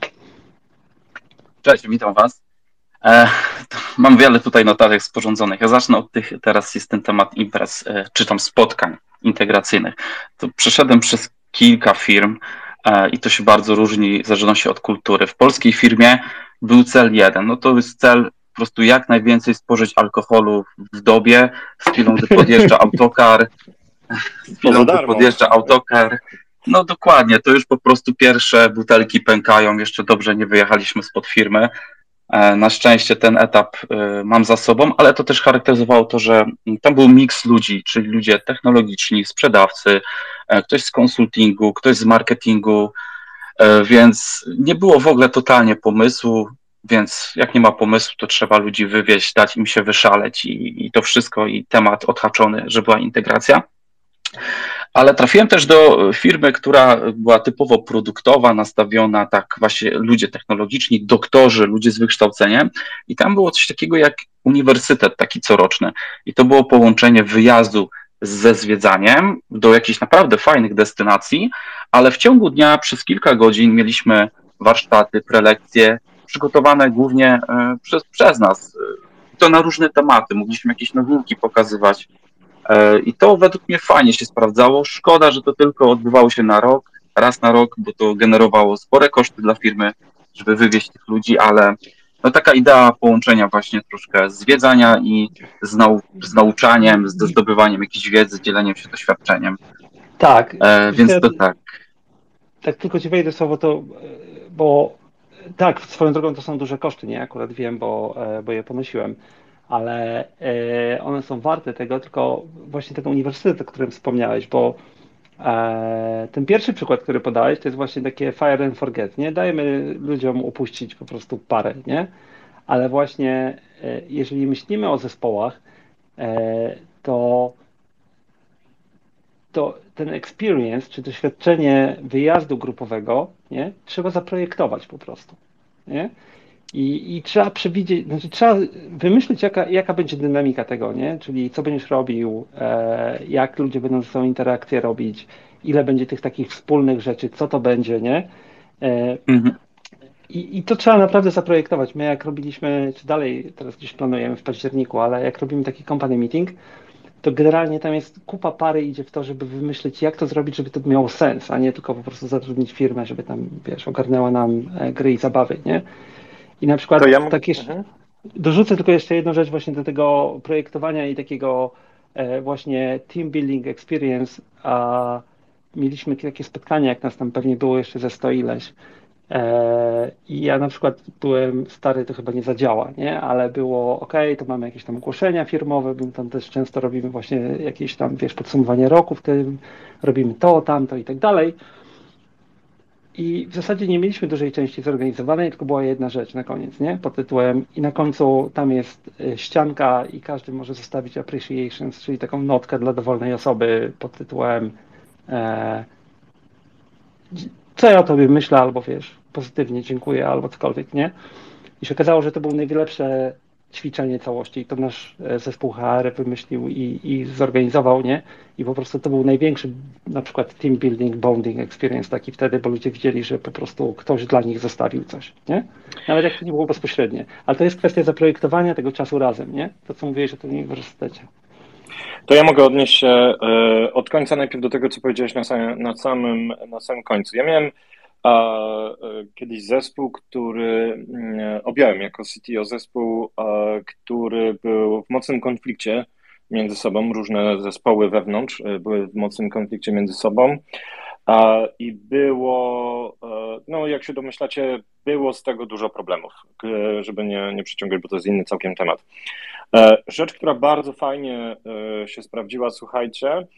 Cześć, witam Was. E, mam wiele tutaj notatek sporządzonych. Ja zacznę od tych, teraz jest ten temat imprez, e, czy tam spotkań integracyjnych. To przeszedłem przez kilka firm e, i to się bardzo różni w zależności od kultury. W polskiej firmie był cel jeden, no to jest cel po prostu jak najwięcej spożyć alkoholu w dobie, z chwilą, gdy podjeżdża autokar, z chwilą, gdy podjeżdża autokar. No dokładnie, to już po prostu pierwsze butelki pękają, jeszcze dobrze nie wyjechaliśmy spod firmy. Na szczęście ten etap mam za sobą, ale to też charakteryzowało to, że tam był miks ludzi, czyli ludzie technologiczni, sprzedawcy, ktoś z konsultingu, ktoś z marketingu, więc nie było w ogóle totalnie pomysłu, więc jak nie ma pomysłu, to trzeba ludzi wywieźć, dać im się wyszaleć i, i to wszystko i temat odhaczony, że była integracja. Ale trafiłem też do firmy, która była typowo produktowa, nastawiona tak właśnie ludzie technologiczni, doktorzy, ludzie z wykształceniem i tam było coś takiego jak uniwersytet taki coroczny i to było połączenie wyjazdu ze zwiedzaniem do jakichś naprawdę fajnych destynacji, ale w ciągu dnia przez kilka godzin mieliśmy warsztaty, prelekcje przygotowane głównie przez, przez nas. To na różne tematy, mogliśmy jakieś nowinki pokazywać. I to według mnie fajnie się sprawdzało. Szkoda, że to tylko odbywało się na rok, raz na rok, bo to generowało spore koszty dla firmy, żeby wywieźć tych ludzi, ale no taka idea połączenia właśnie troszkę zwiedzania i z, nau z nauczaniem, z zdobywaniem jakiejś wiedzy, dzieleniem się doświadczeniem. Tak. E, więc to tak. Tak, tylko ci wejdę słowo, to, bo tak, swoją drogą to są duże koszty, nie? Akurat wiem, bo, bo je ponosiłem. Ale one są warte tego, tylko właśnie tego uniwersytetu, o którym wspomniałeś, bo ten pierwszy przykład, który podałeś, to jest właśnie takie fire and forget, nie? Dajemy ludziom upuścić po prostu parę, nie? Ale właśnie jeżeli myślimy o zespołach, to, to ten experience, czy doświadczenie wyjazdu grupowego, nie? Trzeba zaprojektować po prostu, nie? I, I trzeba przewidzieć, znaczy trzeba wymyślić, jaka, jaka będzie dynamika tego, nie? Czyli co będziesz robił, e, jak ludzie będą ze sobą interakcje robić, ile będzie tych takich wspólnych rzeczy, co to będzie, nie? E, mhm. i, I to trzeba naprawdę zaprojektować. My jak robiliśmy, czy dalej teraz gdzieś planujemy w październiku, ale jak robimy taki company meeting, to generalnie tam jest kupa pary idzie w to, żeby wymyślić, jak to zrobić, żeby to miało sens, a nie tylko po prostu zatrudnić firmę, żeby tam, wiesz, ogarnęła nam e, gry i zabawy, nie? I na przykład To ja mógł... tak jeszcze, mhm. dorzucę tylko jeszcze jedną rzecz właśnie do tego projektowania i takiego e, właśnie team building experience, a mieliśmy takie spotkania, jak nas tam pewnie było jeszcze ze sto ileś. E, I ja na przykład byłem stary, to chyba nie zadziała, nie? Ale było ok, to mamy jakieś tam ogłoszenia firmowe, bo tam też często robimy właśnie jakieś tam, wiesz, podsumowanie roku w tym, robimy to, tamto i tak dalej. I w zasadzie nie mieliśmy dużej części zorganizowanej, tylko była jedna rzecz na koniec, nie? Pod tytułem i na końcu tam jest e, ścianka i każdy może zostawić appreciations, czyli taką notkę dla dowolnej osoby pod tytułem e, co ja o tobie myślę, albo wiesz, pozytywnie dziękuję, albo cokolwiek, nie? I się okazało, że to było najlepsze ćwiczenie całości i to nasz e, zespół H R wymyślił i, i zorganizował, nie? I po prostu to był największy na przykład team building, bonding experience taki wtedy, bo ludzie widzieli, że po prostu ktoś dla nich zostawił coś, nie? Nawet jak to nie było bezpośrednie. Ale to jest kwestia zaprojektowania tego czasu razem, nie? To, co mówiłeś o tym uniwersytecie. To ja mogę odnieść się e, od końca najpierw do tego, co powiedziałeś na samym, na samym, na samym końcu. Ja miałem a, e, kiedyś zespół, który mm, objąłem jako C T O zespół, a, który był w mocnym konflikcie między sobą. Różne zespoły wewnątrz e, były w mocnym konflikcie między sobą. A, I było, e, no jak się domyślacie, było z tego dużo problemów, e, żeby nie, nie przeciągać, bo to jest inny całkiem temat. E, Rzecz, która bardzo fajnie e, się sprawdziła, słuchajcie, e,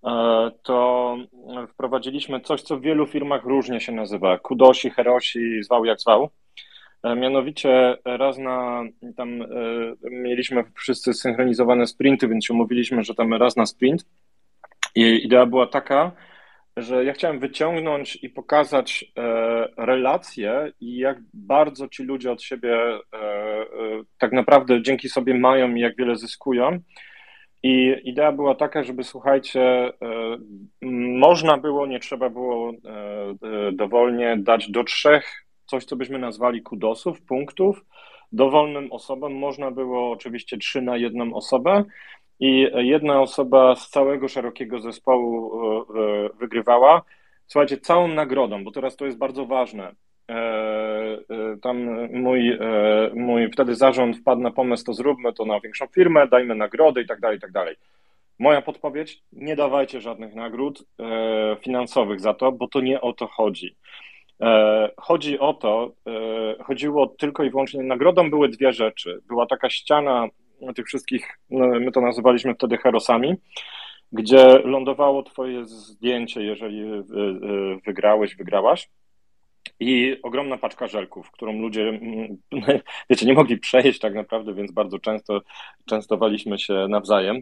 to wprowadziliśmy coś, co w wielu firmach różnie się nazywa. Kudosi, herosi, zwał jak zwał. E, Mianowicie raz na, tam e, mieliśmy wszyscy synchronizowane sprinty, więc się umówiliśmy, że tam raz na sprint. I idea była taka, że ja chciałem wyciągnąć i pokazać e, relacje i jak bardzo ci ludzie od siebie e, e, tak naprawdę dzięki sobie mają i jak wiele zyskują. I idea była taka, żeby słuchajcie, e, można było, nie trzeba było e, e, dowolnie dać do trzech coś, co byśmy nazwali kudosów, punktów. Dowolnym osobom można było oczywiście trzy na jedną osobę. I jedna osoba z całego szerokiego zespołu e, wygrywała. Słuchajcie, całą nagrodą, bo teraz to jest bardzo ważne. E, e, Tam mój, e, mój wtedy zarząd wpadł na pomysł, to zróbmy to na większą firmę, dajmy nagrody i tak dalej, i tak dalej. Moja podpowiedź, nie dawajcie żadnych nagród e, finansowych za to, bo to nie o to chodzi. E, Chodzi o to, e, chodziło tylko i wyłącznie, nagrodą były dwie rzeczy. Była taka ściana tych wszystkich, no, my to nazywaliśmy wtedy herosami, gdzie lądowało twoje zdjęcie, jeżeli wygrałeś, wygrałaś, i ogromna paczka żelków, którą ludzie, wiecie, nie mogli przejeść tak naprawdę, więc bardzo często częstowaliśmy się nawzajem.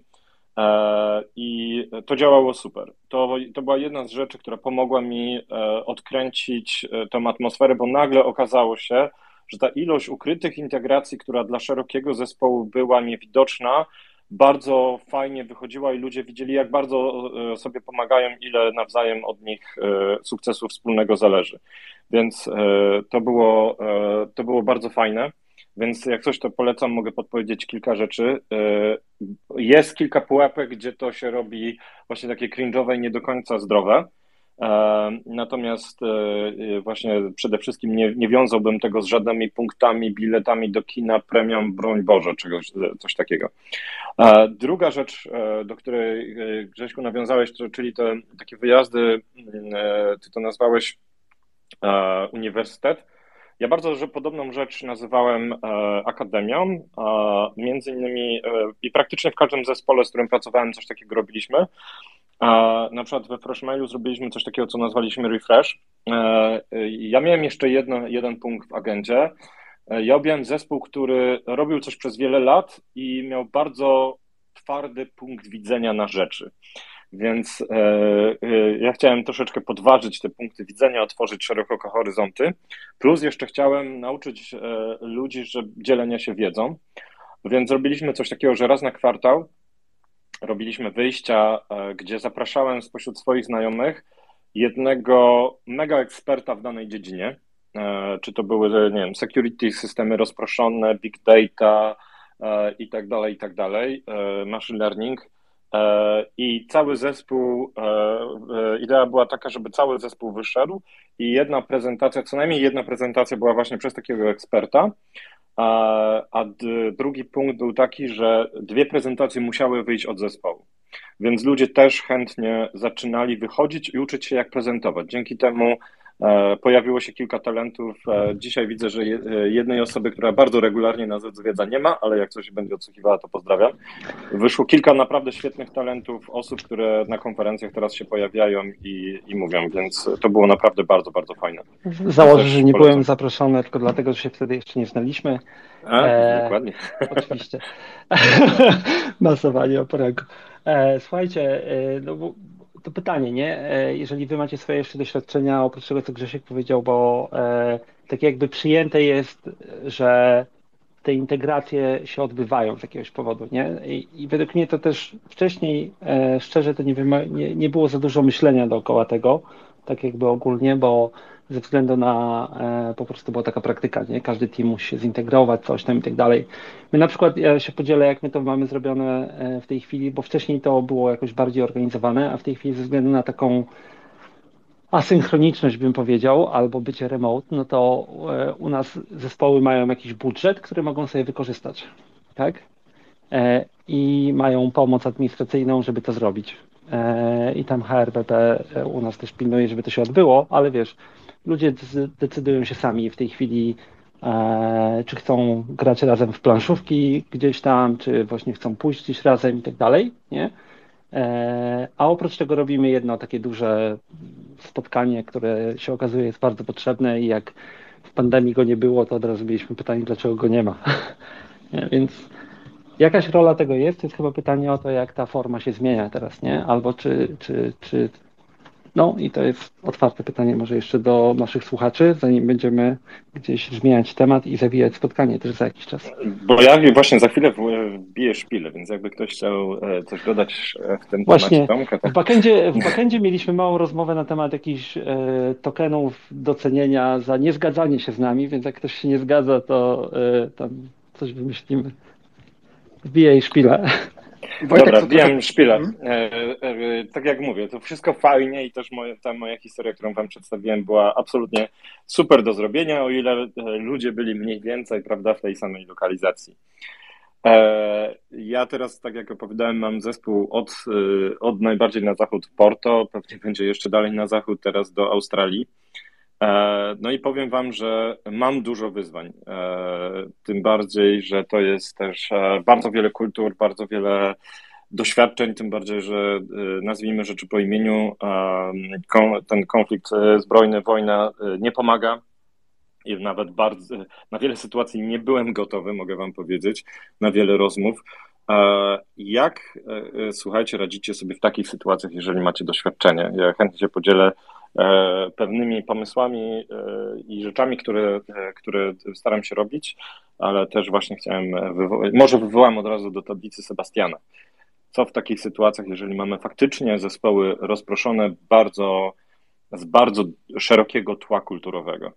I to działało super. To, to była jedna z rzeczy, która pomogła mi odkręcić tę atmosferę, bo nagle okazało się, że ta ilość ukrytych integracji, która dla szerokiego zespołu była niewidoczna, bardzo fajnie wychodziła i ludzie widzieli, jak bardzo sobie pomagają, ile nawzajem od nich sukcesu wspólnego zależy. Więc to było, to było bardzo fajne. Więc jak coś, to polecam, mogę podpowiedzieć kilka rzeczy. Jest kilka pułapek, gdzie to się robi właśnie takie cringe'owe i nie do końca zdrowe. Natomiast właśnie przede wszystkim nie, nie wiązałbym tego z żadnymi punktami, biletami do kina, premią, broń Boże, czegoś, coś takiego. Druga rzecz, do której Grześku nawiązałeś, to, czyli te takie wyjazdy, ty to nazwałeś uniwersytet. Ja bardzo że podobną rzecz nazywałem e, akademią, e, między innymi e, i praktycznie w każdym zespole, z którym pracowałem, coś takiego robiliśmy. E, na przykład we Freshmailu zrobiliśmy coś takiego, co nazwaliśmy refresh. E, ja miałem jeszcze jedno, jeden punkt w agendzie. E, ja objąłem zespół, który robił coś przez wiele lat i miał bardzo twardy punkt widzenia na rzeczy. Więc e, e, ja chciałem troszeczkę podważyć te punkty widzenia, otworzyć szeroko horyzonty, plus jeszcze chciałem nauczyć e, ludzi, że dzielenia się wiedzą, więc zrobiliśmy coś takiego, że raz na kwartał robiliśmy wyjścia, e, gdzie zapraszałem spośród swoich znajomych jednego mega eksperta w danej dziedzinie, e, czy to były, nie wiem, security, systemy rozproszone, big data e, i tak dalej, i tak dalej, e, machine learning. i cały zespół, idea była taka, żeby cały zespół wyszedł i jedna prezentacja, co najmniej jedna prezentacja była właśnie przez takiego eksperta, a, a drugi punkt był taki, że dwie prezentacje musiały wyjść od zespołu. Więc ludzie też chętnie zaczynali wychodzić i uczyć się, jak prezentować. Dzięki temu e, pojawiło się kilka talentów. E, dzisiaj widzę, że je, jednej osoby, która bardzo regularnie nas odwiedza, nie ma, ale jak coś będzie odsłuchiwała, to pozdrawiam. Wyszło kilka naprawdę świetnych talentów, osób, które na konferencjach teraz się pojawiają i, i mówią, więc to było naprawdę bardzo, bardzo fajne. Założę, że nie polecam. Byłem zaproszony tylko dlatego, że się wtedy jeszcze nie znaliśmy. A, e, dokładnie. Oczywiście. Masowanie oporego. E, słuchajcie, e, no, to pytanie, nie? E, jeżeli wy macie swoje jeszcze doświadczenia, oprócz tego, co Grzesiek powiedział, bo e, tak jakby przyjęte jest, że te integracje się odbywają z jakiegoś powodu, nie? I, i według mnie to też wcześniej, e, szczerze, to nie, nie, nie było za dużo myślenia dookoła tego, tak jakby ogólnie, bo ze względu na e, po prostu była taka praktyka, nie? Każdy team musi się zintegrować, coś tam i tak dalej. My na przykład, ja się podzielę, jak my to mamy zrobione e, w tej chwili, bo wcześniej to było jakoś bardziej organizowane, a w tej chwili ze względu na taką asynchroniczność, bym powiedział, albo bycie remote, no to e, u nas zespoły mają jakiś budżet, który mogą sobie wykorzystać, tak? E, I mają pomoc administracyjną, żeby to zrobić. E, I tam H R B P u nas też pilnuje, żeby to się odbyło, ale wiesz, ludzie decydują się sami w tej chwili, e, czy chcą grać razem w planszówki gdzieś tam, czy właśnie chcą pójść gdzieś razem i tak dalej, nie? E, a oprócz tego robimy jedno takie duże spotkanie, które się okazuje jest bardzo potrzebne i jak w pandemii go nie było, to od razu mieliśmy pytanie, dlaczego go nie ma. nie? Więc jakaś rola tego jest, to jest chyba pytanie o to, jak ta forma się zmienia teraz, nie? Albo czy, czy, czy no i to jest otwarte pytanie może jeszcze do naszych słuchaczy, zanim będziemy gdzieś zmieniać temat i zawijać spotkanie też za jakiś czas. Bo ja właśnie za chwilę wbiję szpilę, więc jakby ktoś chciał coś dodać w tym właśnie, temacie Tomka. To... W backendzie, w backendzie mieliśmy małą rozmowę na temat jakichś e, tokenów docenienia za niezgadzanie się z nami, więc jak ktoś się nie zgadza, to e, tam coś wymyślimy. Wbijaj szpilę. Wojtek, dobra, wbijam szpilę. E, e, tak jak mówię, to wszystko fajnie i też moje, ta moja historia, którą wam przedstawiłem, była absolutnie super do zrobienia, o ile ludzie byli mniej więcej, prawda, w tej samej lokalizacji. E, ja teraz, tak jak opowiadałem, mam zespół od, od najbardziej na zachód Porto, pewnie będzie jeszcze dalej na zachód, teraz do Australii. No i powiem wam, że mam dużo wyzwań, tym bardziej, że to jest też bardzo wiele kultur, bardzo wiele doświadczeń, tym bardziej, że nazwijmy rzeczy po imieniu, ten konflikt zbrojny, wojna nie pomaga i nawet bardzo, na wiele sytuacji nie byłem gotowy, mogę wam powiedzieć, na wiele rozmów. Jak, słuchajcie, radzicie sobie w takich sytuacjach, jeżeli macie doświadczenie? Ja chętnie się podzielę pewnymi pomysłami i rzeczami, które, które staram się robić, ale też właśnie chciałem wywołać, może wywołam od razu do tablicy Sebastiana. Co w takich sytuacjach, jeżeli mamy faktycznie zespoły rozproszone bardzo, z bardzo szerokiego tła kulturowego?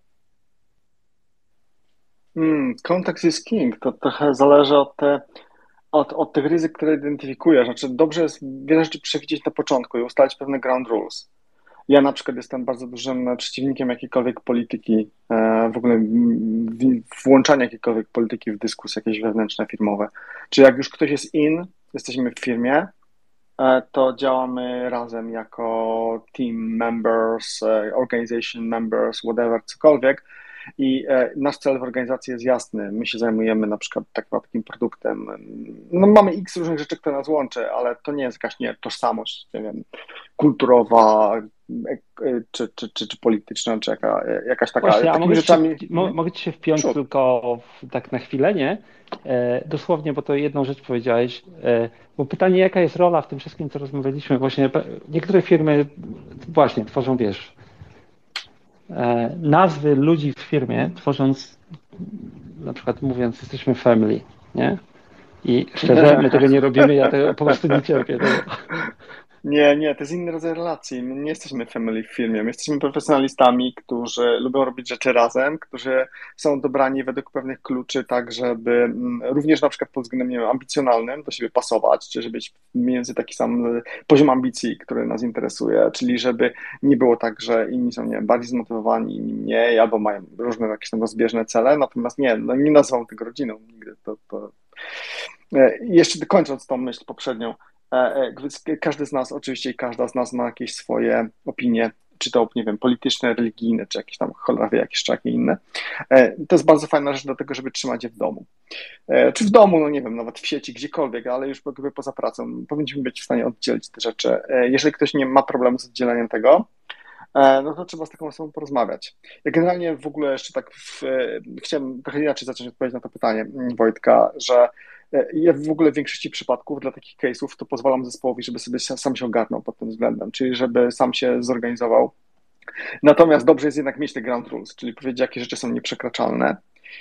Hmm, kontekst jest king. To trochę zależy od, te, od, od tych ryzyk, które identyfikujesz. Znaczy, dobrze jest wiele rzeczy przewidzieć na początku i ustalić pewne ground rules. Ja na przykład jestem bardzo dużym przeciwnikiem jakiejkolwiek polityki, w ogóle włączania jakiejkolwiek polityki w dyskusje jakieś wewnętrzne, firmowe. Czyli jak już ktoś jest in, jesteśmy w firmie, to działamy razem jako team members, organization members, whatever, cokolwiek. I nasz cel w organizacji jest jasny. My się zajmujemy na przykład takim produktem. No, mamy x różnych rzeczy, które nas łączy, ale to nie jest jakaś nie, tożsamość, nie wiem, kulturowa, czy, czy, czy, czy polityczna, czy jaka, jakaś taka. Właśnie, a mogę, rzeczami... ci, mo, mogę ci się wpiąć Przód. tylko w, tak na chwilę, nie? E, dosłownie, bo to jedną rzecz powiedziałeś. E, bo pytanie, jaka jest rola w tym wszystkim, co rozmawialiśmy. Właśnie niektóre firmy właśnie tworzą, wiesz, e, nazwy ludzi w firmie, tworząc, na przykład mówiąc, jesteśmy family, nie? I szczerze, my tego nie robimy, ja tego po prostu nie cierpię. Tego. Nie, nie, to jest inny rodzaj relacji. My nie jesteśmy family w firmie. My jesteśmy profesjonalistami, którzy lubią robić rzeczy razem, którzy są dobrani według pewnych kluczy, tak żeby mm, również na przykład pod względem, nie wiem, ambicjonalnym do siebie pasować, czy żeby mieć między taki sam e, poziom ambicji, który nas interesuje, czyli żeby nie było tak, że inni są, nie wiem, bardziej zmotywowani, inni mniej, albo mają różne jakieś tam rozbieżne cele, natomiast nie, no nie nazywam tego rodziną nigdy. To, to... E, Jeszcze kończąc tą myśl poprzednią, E, e, więc każdy z nas, oczywiście i każda z nas ma jakieś swoje opinie, czy to, nie wiem, polityczne, religijne, czy jakieś tam cholera wie, jakieś czy jakie inne. E, To jest bardzo fajna rzecz do tego, żeby trzymać je w domu. E, Czy w domu, no nie wiem, nawet w sieci, gdziekolwiek, ale już jakby poza pracą powinniśmy być w stanie oddzielić te rzeczy. E, Jeżeli ktoś nie ma problemu z oddzieleniem tego, e, no to trzeba z taką osobą porozmawiać. Ja generalnie w ogóle jeszcze tak w, e, chciałem trochę inaczej zacząć odpowiedzieć na to pytanie mm, Wojtka, że e, ja w ogóle w większości przypadków dla takich case'ów to pozwalam zespołowi, żeby sobie sa- sam się ogarnął pod tym względem, czyli żeby sam się zorganizował. Natomiast dobrze jest jednak mieć te ground rules, czyli powiedzieć, jakie rzeczy są nieprzekraczalne.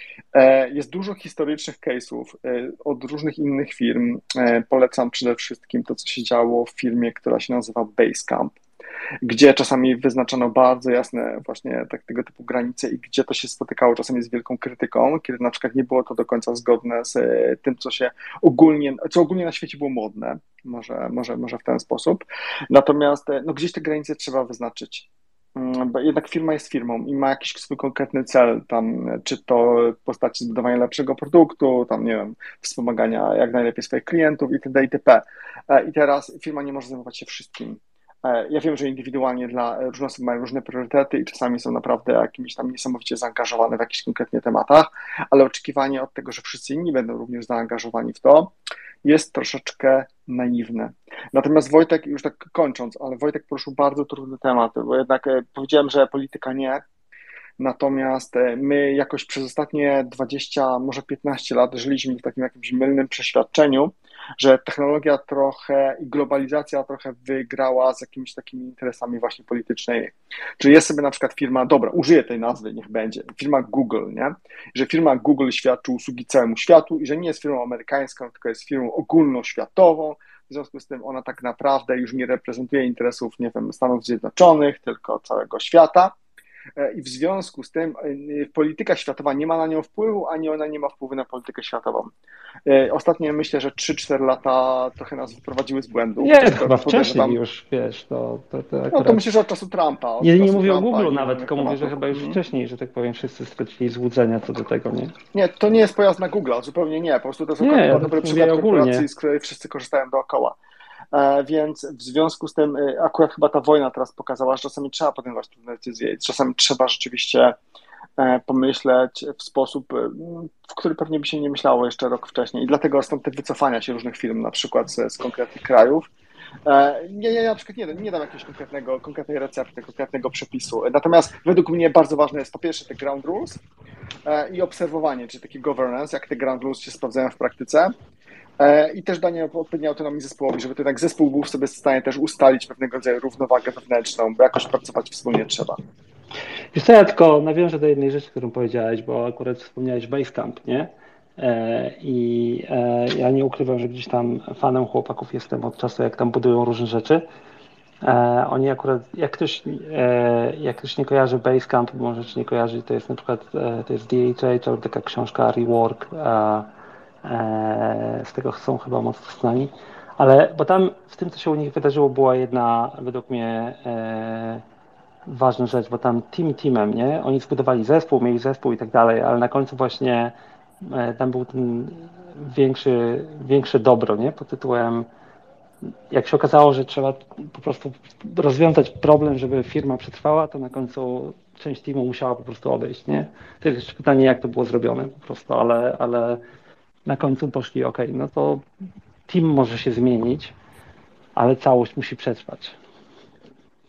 E, Jest dużo historycznych case'ów e, od różnych innych firm. E, Polecam przede wszystkim to, co się działo w firmie, która się nazywa Basecamp, gdzie czasami wyznaczano bardzo jasne właśnie tak, tego typu granice i gdzie to się spotykało czasami z wielką krytyką, kiedy na przykład nie było to do końca zgodne z e, tym, co się ogólnie, co ogólnie na świecie było modne, może, może, może w ten sposób. Natomiast e, no, gdzieś te granice trzeba wyznaczyć. Mm, Bo jednak firma jest firmą i ma jakiś swój konkretny cel, tam, e, czy to w postaci zbudowania lepszego produktu, tam nie wiem, wspomagania jak najlepiej swoich klientów itd. itp. E, I teraz firma nie może zajmować się wszystkim. E, Ja wiem, że indywidualnie dla różne osoby mają różne priorytety i czasami są naprawdę jakimiś tam niesamowicie zaangażowane w jakichś konkretnie tematach, ale oczekiwanie od tego, że wszyscy inni będą również zaangażowani w to, jest troszeczkę naiwne. Natomiast Wojtek, już tak kończąc, ale Wojtek poruszył bardzo trudny temat, bo jednak e, powiedziałem, że polityka nie, natomiast e, my jakoś przez ostatnie dwadzieścia, może piętnaście lat żyliśmy w takim jakimś mylnym przeświadczeniu, że technologia trochę i globalizacja trochę wygrała z jakimiś takimi interesami właśnie politycznymi. Czyli jest sobie na przykład firma, dobra, użyję tej nazwy, niech będzie, firma Google, nie? Że firma Google świadczy usługi całemu światu i że nie jest firmą amerykańską, tylko jest firmą ogólnoświatową. W związku z tym ona tak naprawdę już nie reprezentuje interesów, nie wiem, Stanów Zjednoczonych, tylko całego świata. E, I w związku z tym e, polityka światowa nie ma na nią wpływu, ani ona nie ma wpływu na politykę światową. E, Ostatnie myślę, że trzy cztery lata trochę nas wyprowadziły z błędu. Nie, to Tylko chyba wcześniej podejrzewam- już, wiesz, to, to, to No to akurat... myślę, że od czasu Trumpa. Od Nie, nie czasu mówię o Trumpa Google i nawet, innych tylko mówię, że tematów. chyba już Mhm. wcześniej, że tak powiem, wszyscy stracili złudzenia co do tego, nie? Nie, to nie jest pojazd na Google'a, zupełnie nie. Po prostu to jest Nie, akurat ja chyba dobry mówię przykład ogólnie. korporacji, z której wszyscy korzystają dookoła. E, Więc w związku z tym e, akurat chyba ta wojna teraz pokazała, że czasami trzeba podejmować trudne decyzje i czasami trzeba rzeczywiście e, pomyśleć w sposób, e, w który pewnie by się nie myślało jeszcze rok wcześniej. I dlatego są te wycofania się różnych firm, na przykład z, z konkretnych krajów. E, Nie, nie, ja na przykład nie, nie dam jakiegoś konkretnego, konkretnej recepty, konkretnego przepisu. Natomiast według mnie bardzo ważne jest po pierwsze te ground rules e, i obserwowanie, czyli taki governance, jak te ground rules się sprawdzają w praktyce. E, I też danie odpowiedniej autonomii zespołowi, żeby to jednak zespół był sobie w stanie też ustalić pewnego rodzaju równowagę wewnętrzną, bo jakoś pracować wspólnie trzeba. Wiesz co, ja tylko nawiążę do jednej rzeczy, którą powiedziałeś, bo akurat wspomniałeś Basecamp, nie? E, I e, ja nie ukrywam, że gdzieś tam fanem chłopaków jestem od czasu, jak tam budują różne rzeczy. E, oni akurat, jak ktoś, e, jak ktoś nie kojarzy Basecamp, może czy nie kojarzy, to jest na przykład, e, to jest D H H, albo taka książka Rework, e, e, z tego są chyba mocno znani, ale, bo tam w tym, co się u nich wydarzyło, była jedna, według mnie, e, ważna rzecz, bo tam team teamem, nie? Oni zbudowali zespół, mieli zespół i tak dalej, ale na końcu właśnie e, tam był ten większy, większe dobro, nie? Pod tytułem, jak się okazało, że trzeba po prostu rozwiązać problem, żeby firma przetrwała, to na końcu część teamu musiała po prostu odejść, nie? To jest jeszcze pytanie, jak to było zrobione po prostu, ale, ale na końcu poszli, ok, no to team może się zmienić, ale całość musi przetrwać.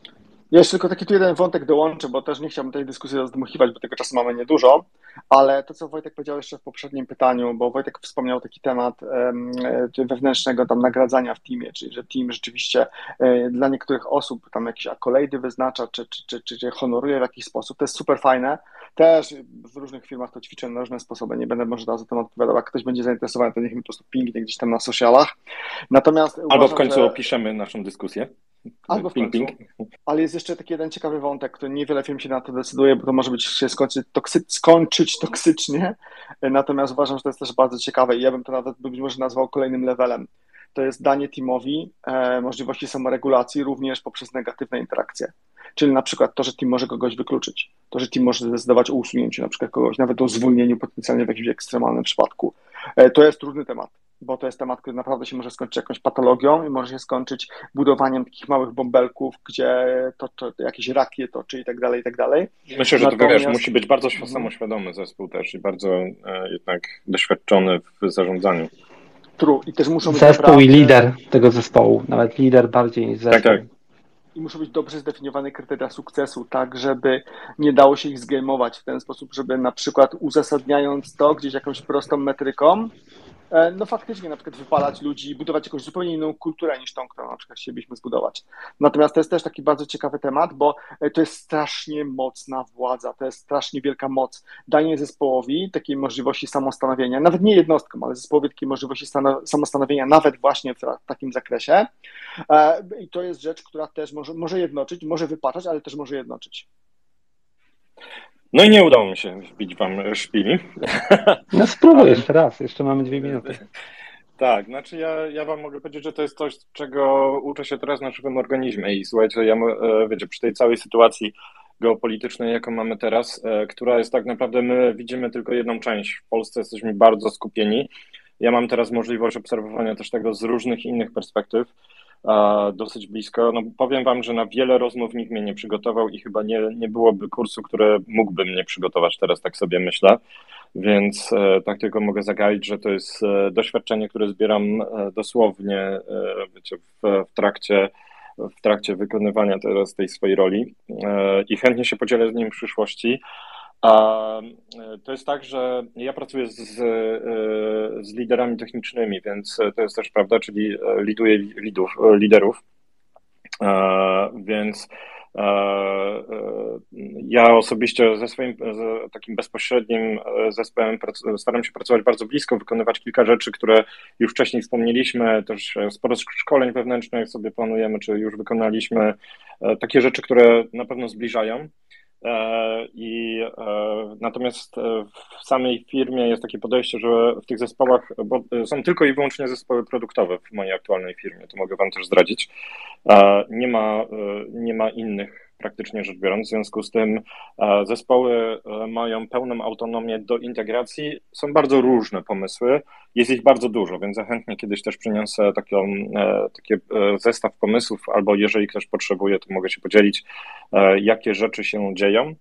Ja jeszcze tylko taki tu jeden wątek dołączę, bo też nie chciałbym tej dyskusji rozdmuchiwać, bo tego czasu mamy niedużo, ale to, co Wojtek powiedział jeszcze w poprzednim pytaniu, bo Wojtek wspomniał taki temat um, wewnętrznego tam nagradzania w teamie, czyli że team rzeczywiście e, dla niektórych osób tam jakieś akolejdy wyznacza, czy, czy, czy, czy, czy honoruje w jakiś sposób, to jest super fajne. Też w różnych firmach to ćwiczę na różne sposoby, nie będę może teraz o tym odpowiadał, jak ktoś będzie zainteresowany, to niech mi po prostu pingnie gdzieś tam na socialach. Natomiast Albo uważam, w końcu że... opiszemy naszą dyskusję. Albo w ping, końcu. ping. Ale jest jeszcze taki jeden ciekawy wątek, który niewiele firm się na to decyduje, bo to może być się skończyć, toksy, skończyć toksycznie, natomiast uważam, że to jest też bardzo ciekawe i ja bym to nawet być może nazwał kolejnym levelem. To jest danie teamowi e, możliwości samoregulacji również poprzez negatywne interakcje. Czyli na przykład to, że team może kogoś wykluczyć, to, że team może zdecydować o usunięciu na przykład kogoś, nawet o zwolnieniu potencjalnie w jakimś ekstremalnym przypadku. E, to jest trudny temat, bo to jest temat, który naprawdę się może skończyć jakąś patologią i może się skończyć budowaniem takich małych bąbelków, gdzie to, to jakieś rakie toczy i tak dalej, i tak dalej. Myślę, że Natomiast... to wiesz, musi być bardzo Mhm. samoświadomy zespół też i bardzo e, jednak doświadczony w zarządzaniu. True. I też muszą być Zespół naprawdę... i lider tego zespołu, nawet lider bardziej niż zespół. Tak, tak. I muszą być dobrze zdefiniowane kryteria sukcesu, tak, żeby nie dało się ich zgamować w ten sposób, żeby na przykład uzasadniając to gdzieś jakąś prostą metryką, no faktycznie na przykład wypalać ludzi, budować jakąś zupełnie inną kulturę niż tą, którą na przykład chcielibyśmy zbudować. Natomiast to jest też taki bardzo ciekawy temat, bo to jest strasznie mocna władza, to jest strasznie wielka moc. Danie zespołowi takiej możliwości samostanowienia, nawet nie jednostkom, ale zespołowi takiej możliwości samostanowienia nawet właśnie w takim zakresie. I to jest rzecz, która też może, może jednoczyć, może wypaczać, ale też może jednoczyć. No i nie udało mi się wbić wam szpili. No spróbuj Ale... jeszcze raz, jeszcze mamy dwie minuty. Tak, znaczy ja, ja wam mogę powiedzieć, że to jest coś, czego uczę się teraz na żywym organizmie i słuchajcie, ja, wiecie, przy tej całej sytuacji geopolitycznej, jaką mamy teraz, która jest tak naprawdę, my widzimy tylko jedną część. W Polsce jesteśmy bardzo skupieni. Ja mam teraz możliwość obserwowania też tego z różnych innych perspektyw, dosyć blisko. No, powiem wam, że na wiele rozmów nikt mnie nie przygotował i chyba nie, nie byłoby kursu, który mógłby mnie przygotować, teraz tak sobie myślę. Więc e, tak tylko mogę zagaić, że to jest e, doświadczenie, które zbieram e, dosłownie e, wiecie, w, w, trakcie, w trakcie wykonywania teraz tej swojej roli e, i chętnie się podzielę z nim w przyszłości. A to jest tak, że ja pracuję z, z liderami technicznymi, więc to jest też prawda, czyli liduję lidów, liderów, więc ja osobiście ze swoim z takim bezpośrednim zespołem staram się pracować bardzo blisko, wykonywać kilka rzeczy, które już wcześniej wspomnieliśmy, też sporo szkoleń wewnętrznych sobie planujemy, czy już wykonaliśmy, takie rzeczy, które na pewno zbliżają. I natomiast w samej firmie jest takie podejście, że w tych zespołach, bo są tylko i wyłącznie zespoły produktowe w mojej aktualnej firmie, to mogę wam też zdradzić, nie ma, nie ma innych praktycznie rzecz biorąc, w związku z tym zespoły mają pełną autonomię do integracji, są bardzo różne pomysły, jest ich bardzo dużo, więc ja chętnie kiedyś też przyniosę taką, taki zestaw pomysłów, albo jeżeli ktoś potrzebuje, to mogę się podzielić, jakie rzeczy się dzieją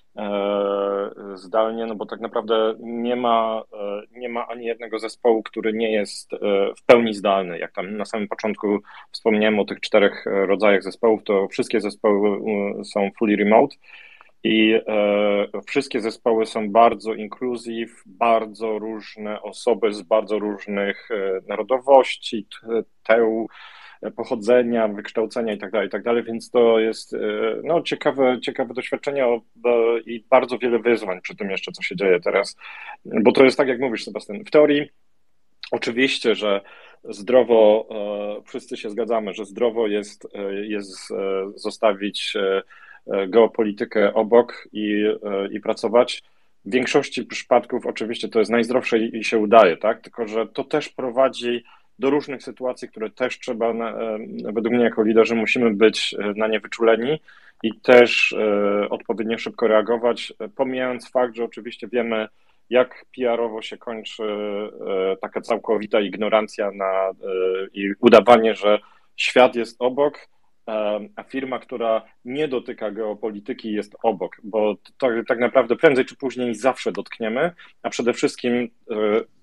zdalnie, no bo tak naprawdę nie ma, nie ma ani jednego zespołu, który nie jest w pełni zdalny. Jak tam na samym początku wspomniałem o tych czterech rodzajach zespołów, to wszystkie zespoły są fully remote i wszystkie zespoły są bardzo inclusive, bardzo różne osoby z bardzo różnych narodowości, teł, pochodzenia, wykształcenia i tak dalej, i tak dalej, więc to jest no, ciekawe, ciekawe doświadczenie i bardzo wiele wyzwań przy tym jeszcze, co się dzieje teraz, bo to jest tak, jak mówisz, Sebastian, w teorii oczywiście, że zdrowo, wszyscy się zgadzamy, że zdrowo jest, jest zostawić geopolitykę obok i, i pracować. W większości przypadków oczywiście to jest najzdrowsze i się udaje, tak? Tylko że to też prowadzi do różnych sytuacji, które też trzeba, na, według mnie jako liderzy musimy być na nie wyczuleni i też odpowiednio szybko reagować, pomijając fakt, że oczywiście wiemy, jak P R-owo się kończy taka całkowita ignorancja na, i udawanie, że świat jest obok, a firma, która nie dotyka geopolityki, jest obok, bo to, tak naprawdę prędzej czy później zawsze dotkniemy, a przede wszystkim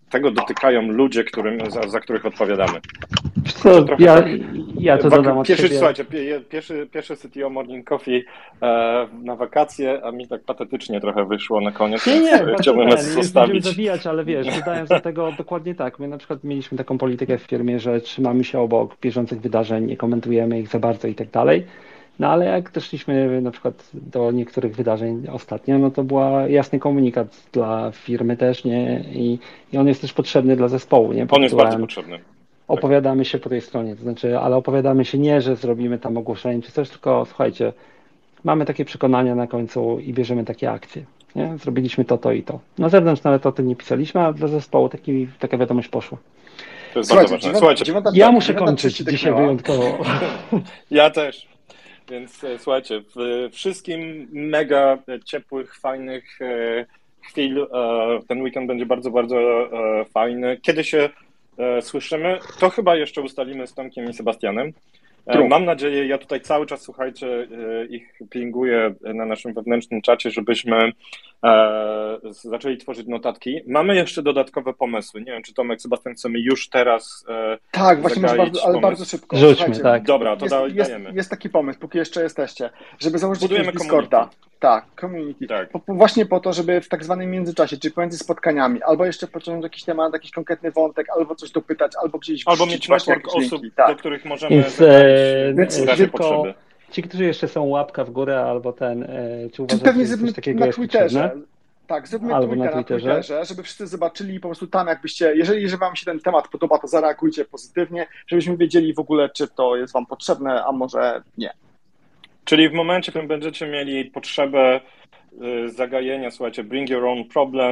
tego dotykają ludzie, którym, za, za których odpowiadamy. Co, ja, ja to dodam od pierwszy, siebie. Słuchajcie, pierwszy, pierwszy C T O Morning Coffee e, na wakacje, a mi tak patetycznie trochę wyszło na koniec, Nie, nie, więc chciałbym was nie zostawić. będziemy zabijać, ale wiesz, dodając do tego dokładnie tak. My na przykład mieliśmy taką politykę w firmie, że trzymamy się obok bieżących wydarzeń, nie komentujemy ich za bardzo i tak dalej. No ale jak doszliśmy na przykład do niektórych wydarzeń ostatnio, no to była jasny komunikat dla firmy też, nie? I, i on jest też potrzebny dla zespołu, nie? On jest bardzo potrzebny. Opowiadamy się po tej stronie, to znaczy, ale opowiadamy się nie, że zrobimy tam ogłoszenie czy coś, tylko słuchajcie, mamy takie przekonania na końcu i bierzemy takie akcje. Nie? Zrobiliśmy to, to i to. Na zewnątrz nawet o tym nie pisaliśmy, a dla zespołu taki, taka wiadomość poszła. To jest bardzo ważne. Słuchajcie, ja muszę kończyć dzisiaj wyjątkowo. Ja też. Więc słuchajcie, w wszystkim mega ciepłych, fajnych chwil. Ten weekend będzie bardzo, bardzo fajny. Kiedy się słyszymy, to chyba jeszcze ustalimy z Tomkiem i Sebastianem. True. Mam nadzieję, ja tutaj cały czas, słuchajcie, ich pinguję na naszym wewnętrznym czacie, żebyśmy e, zaczęli tworzyć notatki. Mamy jeszcze dodatkowe pomysły. Nie wiem, czy Tomek, Sebastian, chcemy już teraz e, Tak, właśnie może bardzo, ale bardzo szybko. Rzućmy, tak. Dobra, to jest, da, jest, dajemy. Jest taki pomysł, póki jeszcze jesteście, żeby założyć Budujemy Discorda. community. Tak, community. Tak. Po, właśnie po to, żeby w tak zwanym międzyczasie, czyli pomiędzy spotkaniami, albo jeszcze pociągnąć jakiś temat, jakiś konkretny wątek, albo coś dopytać, albo gdzieś Albo wrzucić mieć właśnie network jakieś osób, linki. Tak. do których możemy Więc, zadać e, nasze szybko, potrzeby. Ci, którzy jeszcze są łapka w górę, albo ten, e, czy uważacie, Czy pewnie że coś takiego na jest Twitterze. potrzebne? Tak, zróbmy Albo Twittera, na na Twitterze. Twitterze, żeby wszyscy zobaczyli po prostu tam, jakbyście, jeżeli, jeżeli wam się ten temat podoba, to zareagujcie pozytywnie, żebyśmy wiedzieli w ogóle, czy to jest wam potrzebne, a może nie. Czyli w momencie, w którym będziecie mieli potrzebę zagajenia, słuchajcie, bring your own problem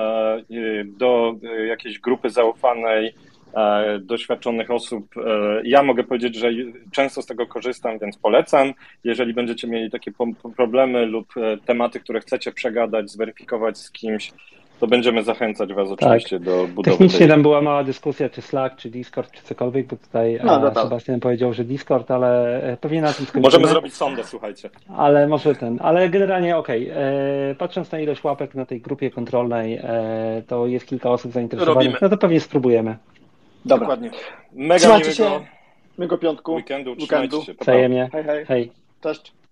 do jakiejś grupy zaufanej, doświadczonych osób. Ja mogę powiedzieć, że często z tego korzystam, więc polecam. Jeżeli będziecie mieli takie problemy lub tematy, które chcecie przegadać, zweryfikować z kimś, to będziemy zachęcać was oczywiście tak. do budowy. Technicznie tej... tam była mała dyskusja, czy Slack, czy Discord, czy cokolwiek, bo tutaj no, Sebastian powiedział, że Discord, ale pewnie na tym skończymy. Możemy zrobić sondę, słuchajcie. Ale może ten, ale generalnie okej. Okay. Patrząc na ilość łapek na tej grupie kontrolnej, e, to jest kilka osób zainteresowanych, Robimy. No to pewnie spróbujemy. Dobra. Dokładnie. Mega Trzymajcie miłego się. Miłego piątku. Weekendu. Weekendu. Się. Wzajemnie. Hej, hej. Hej. Cześć.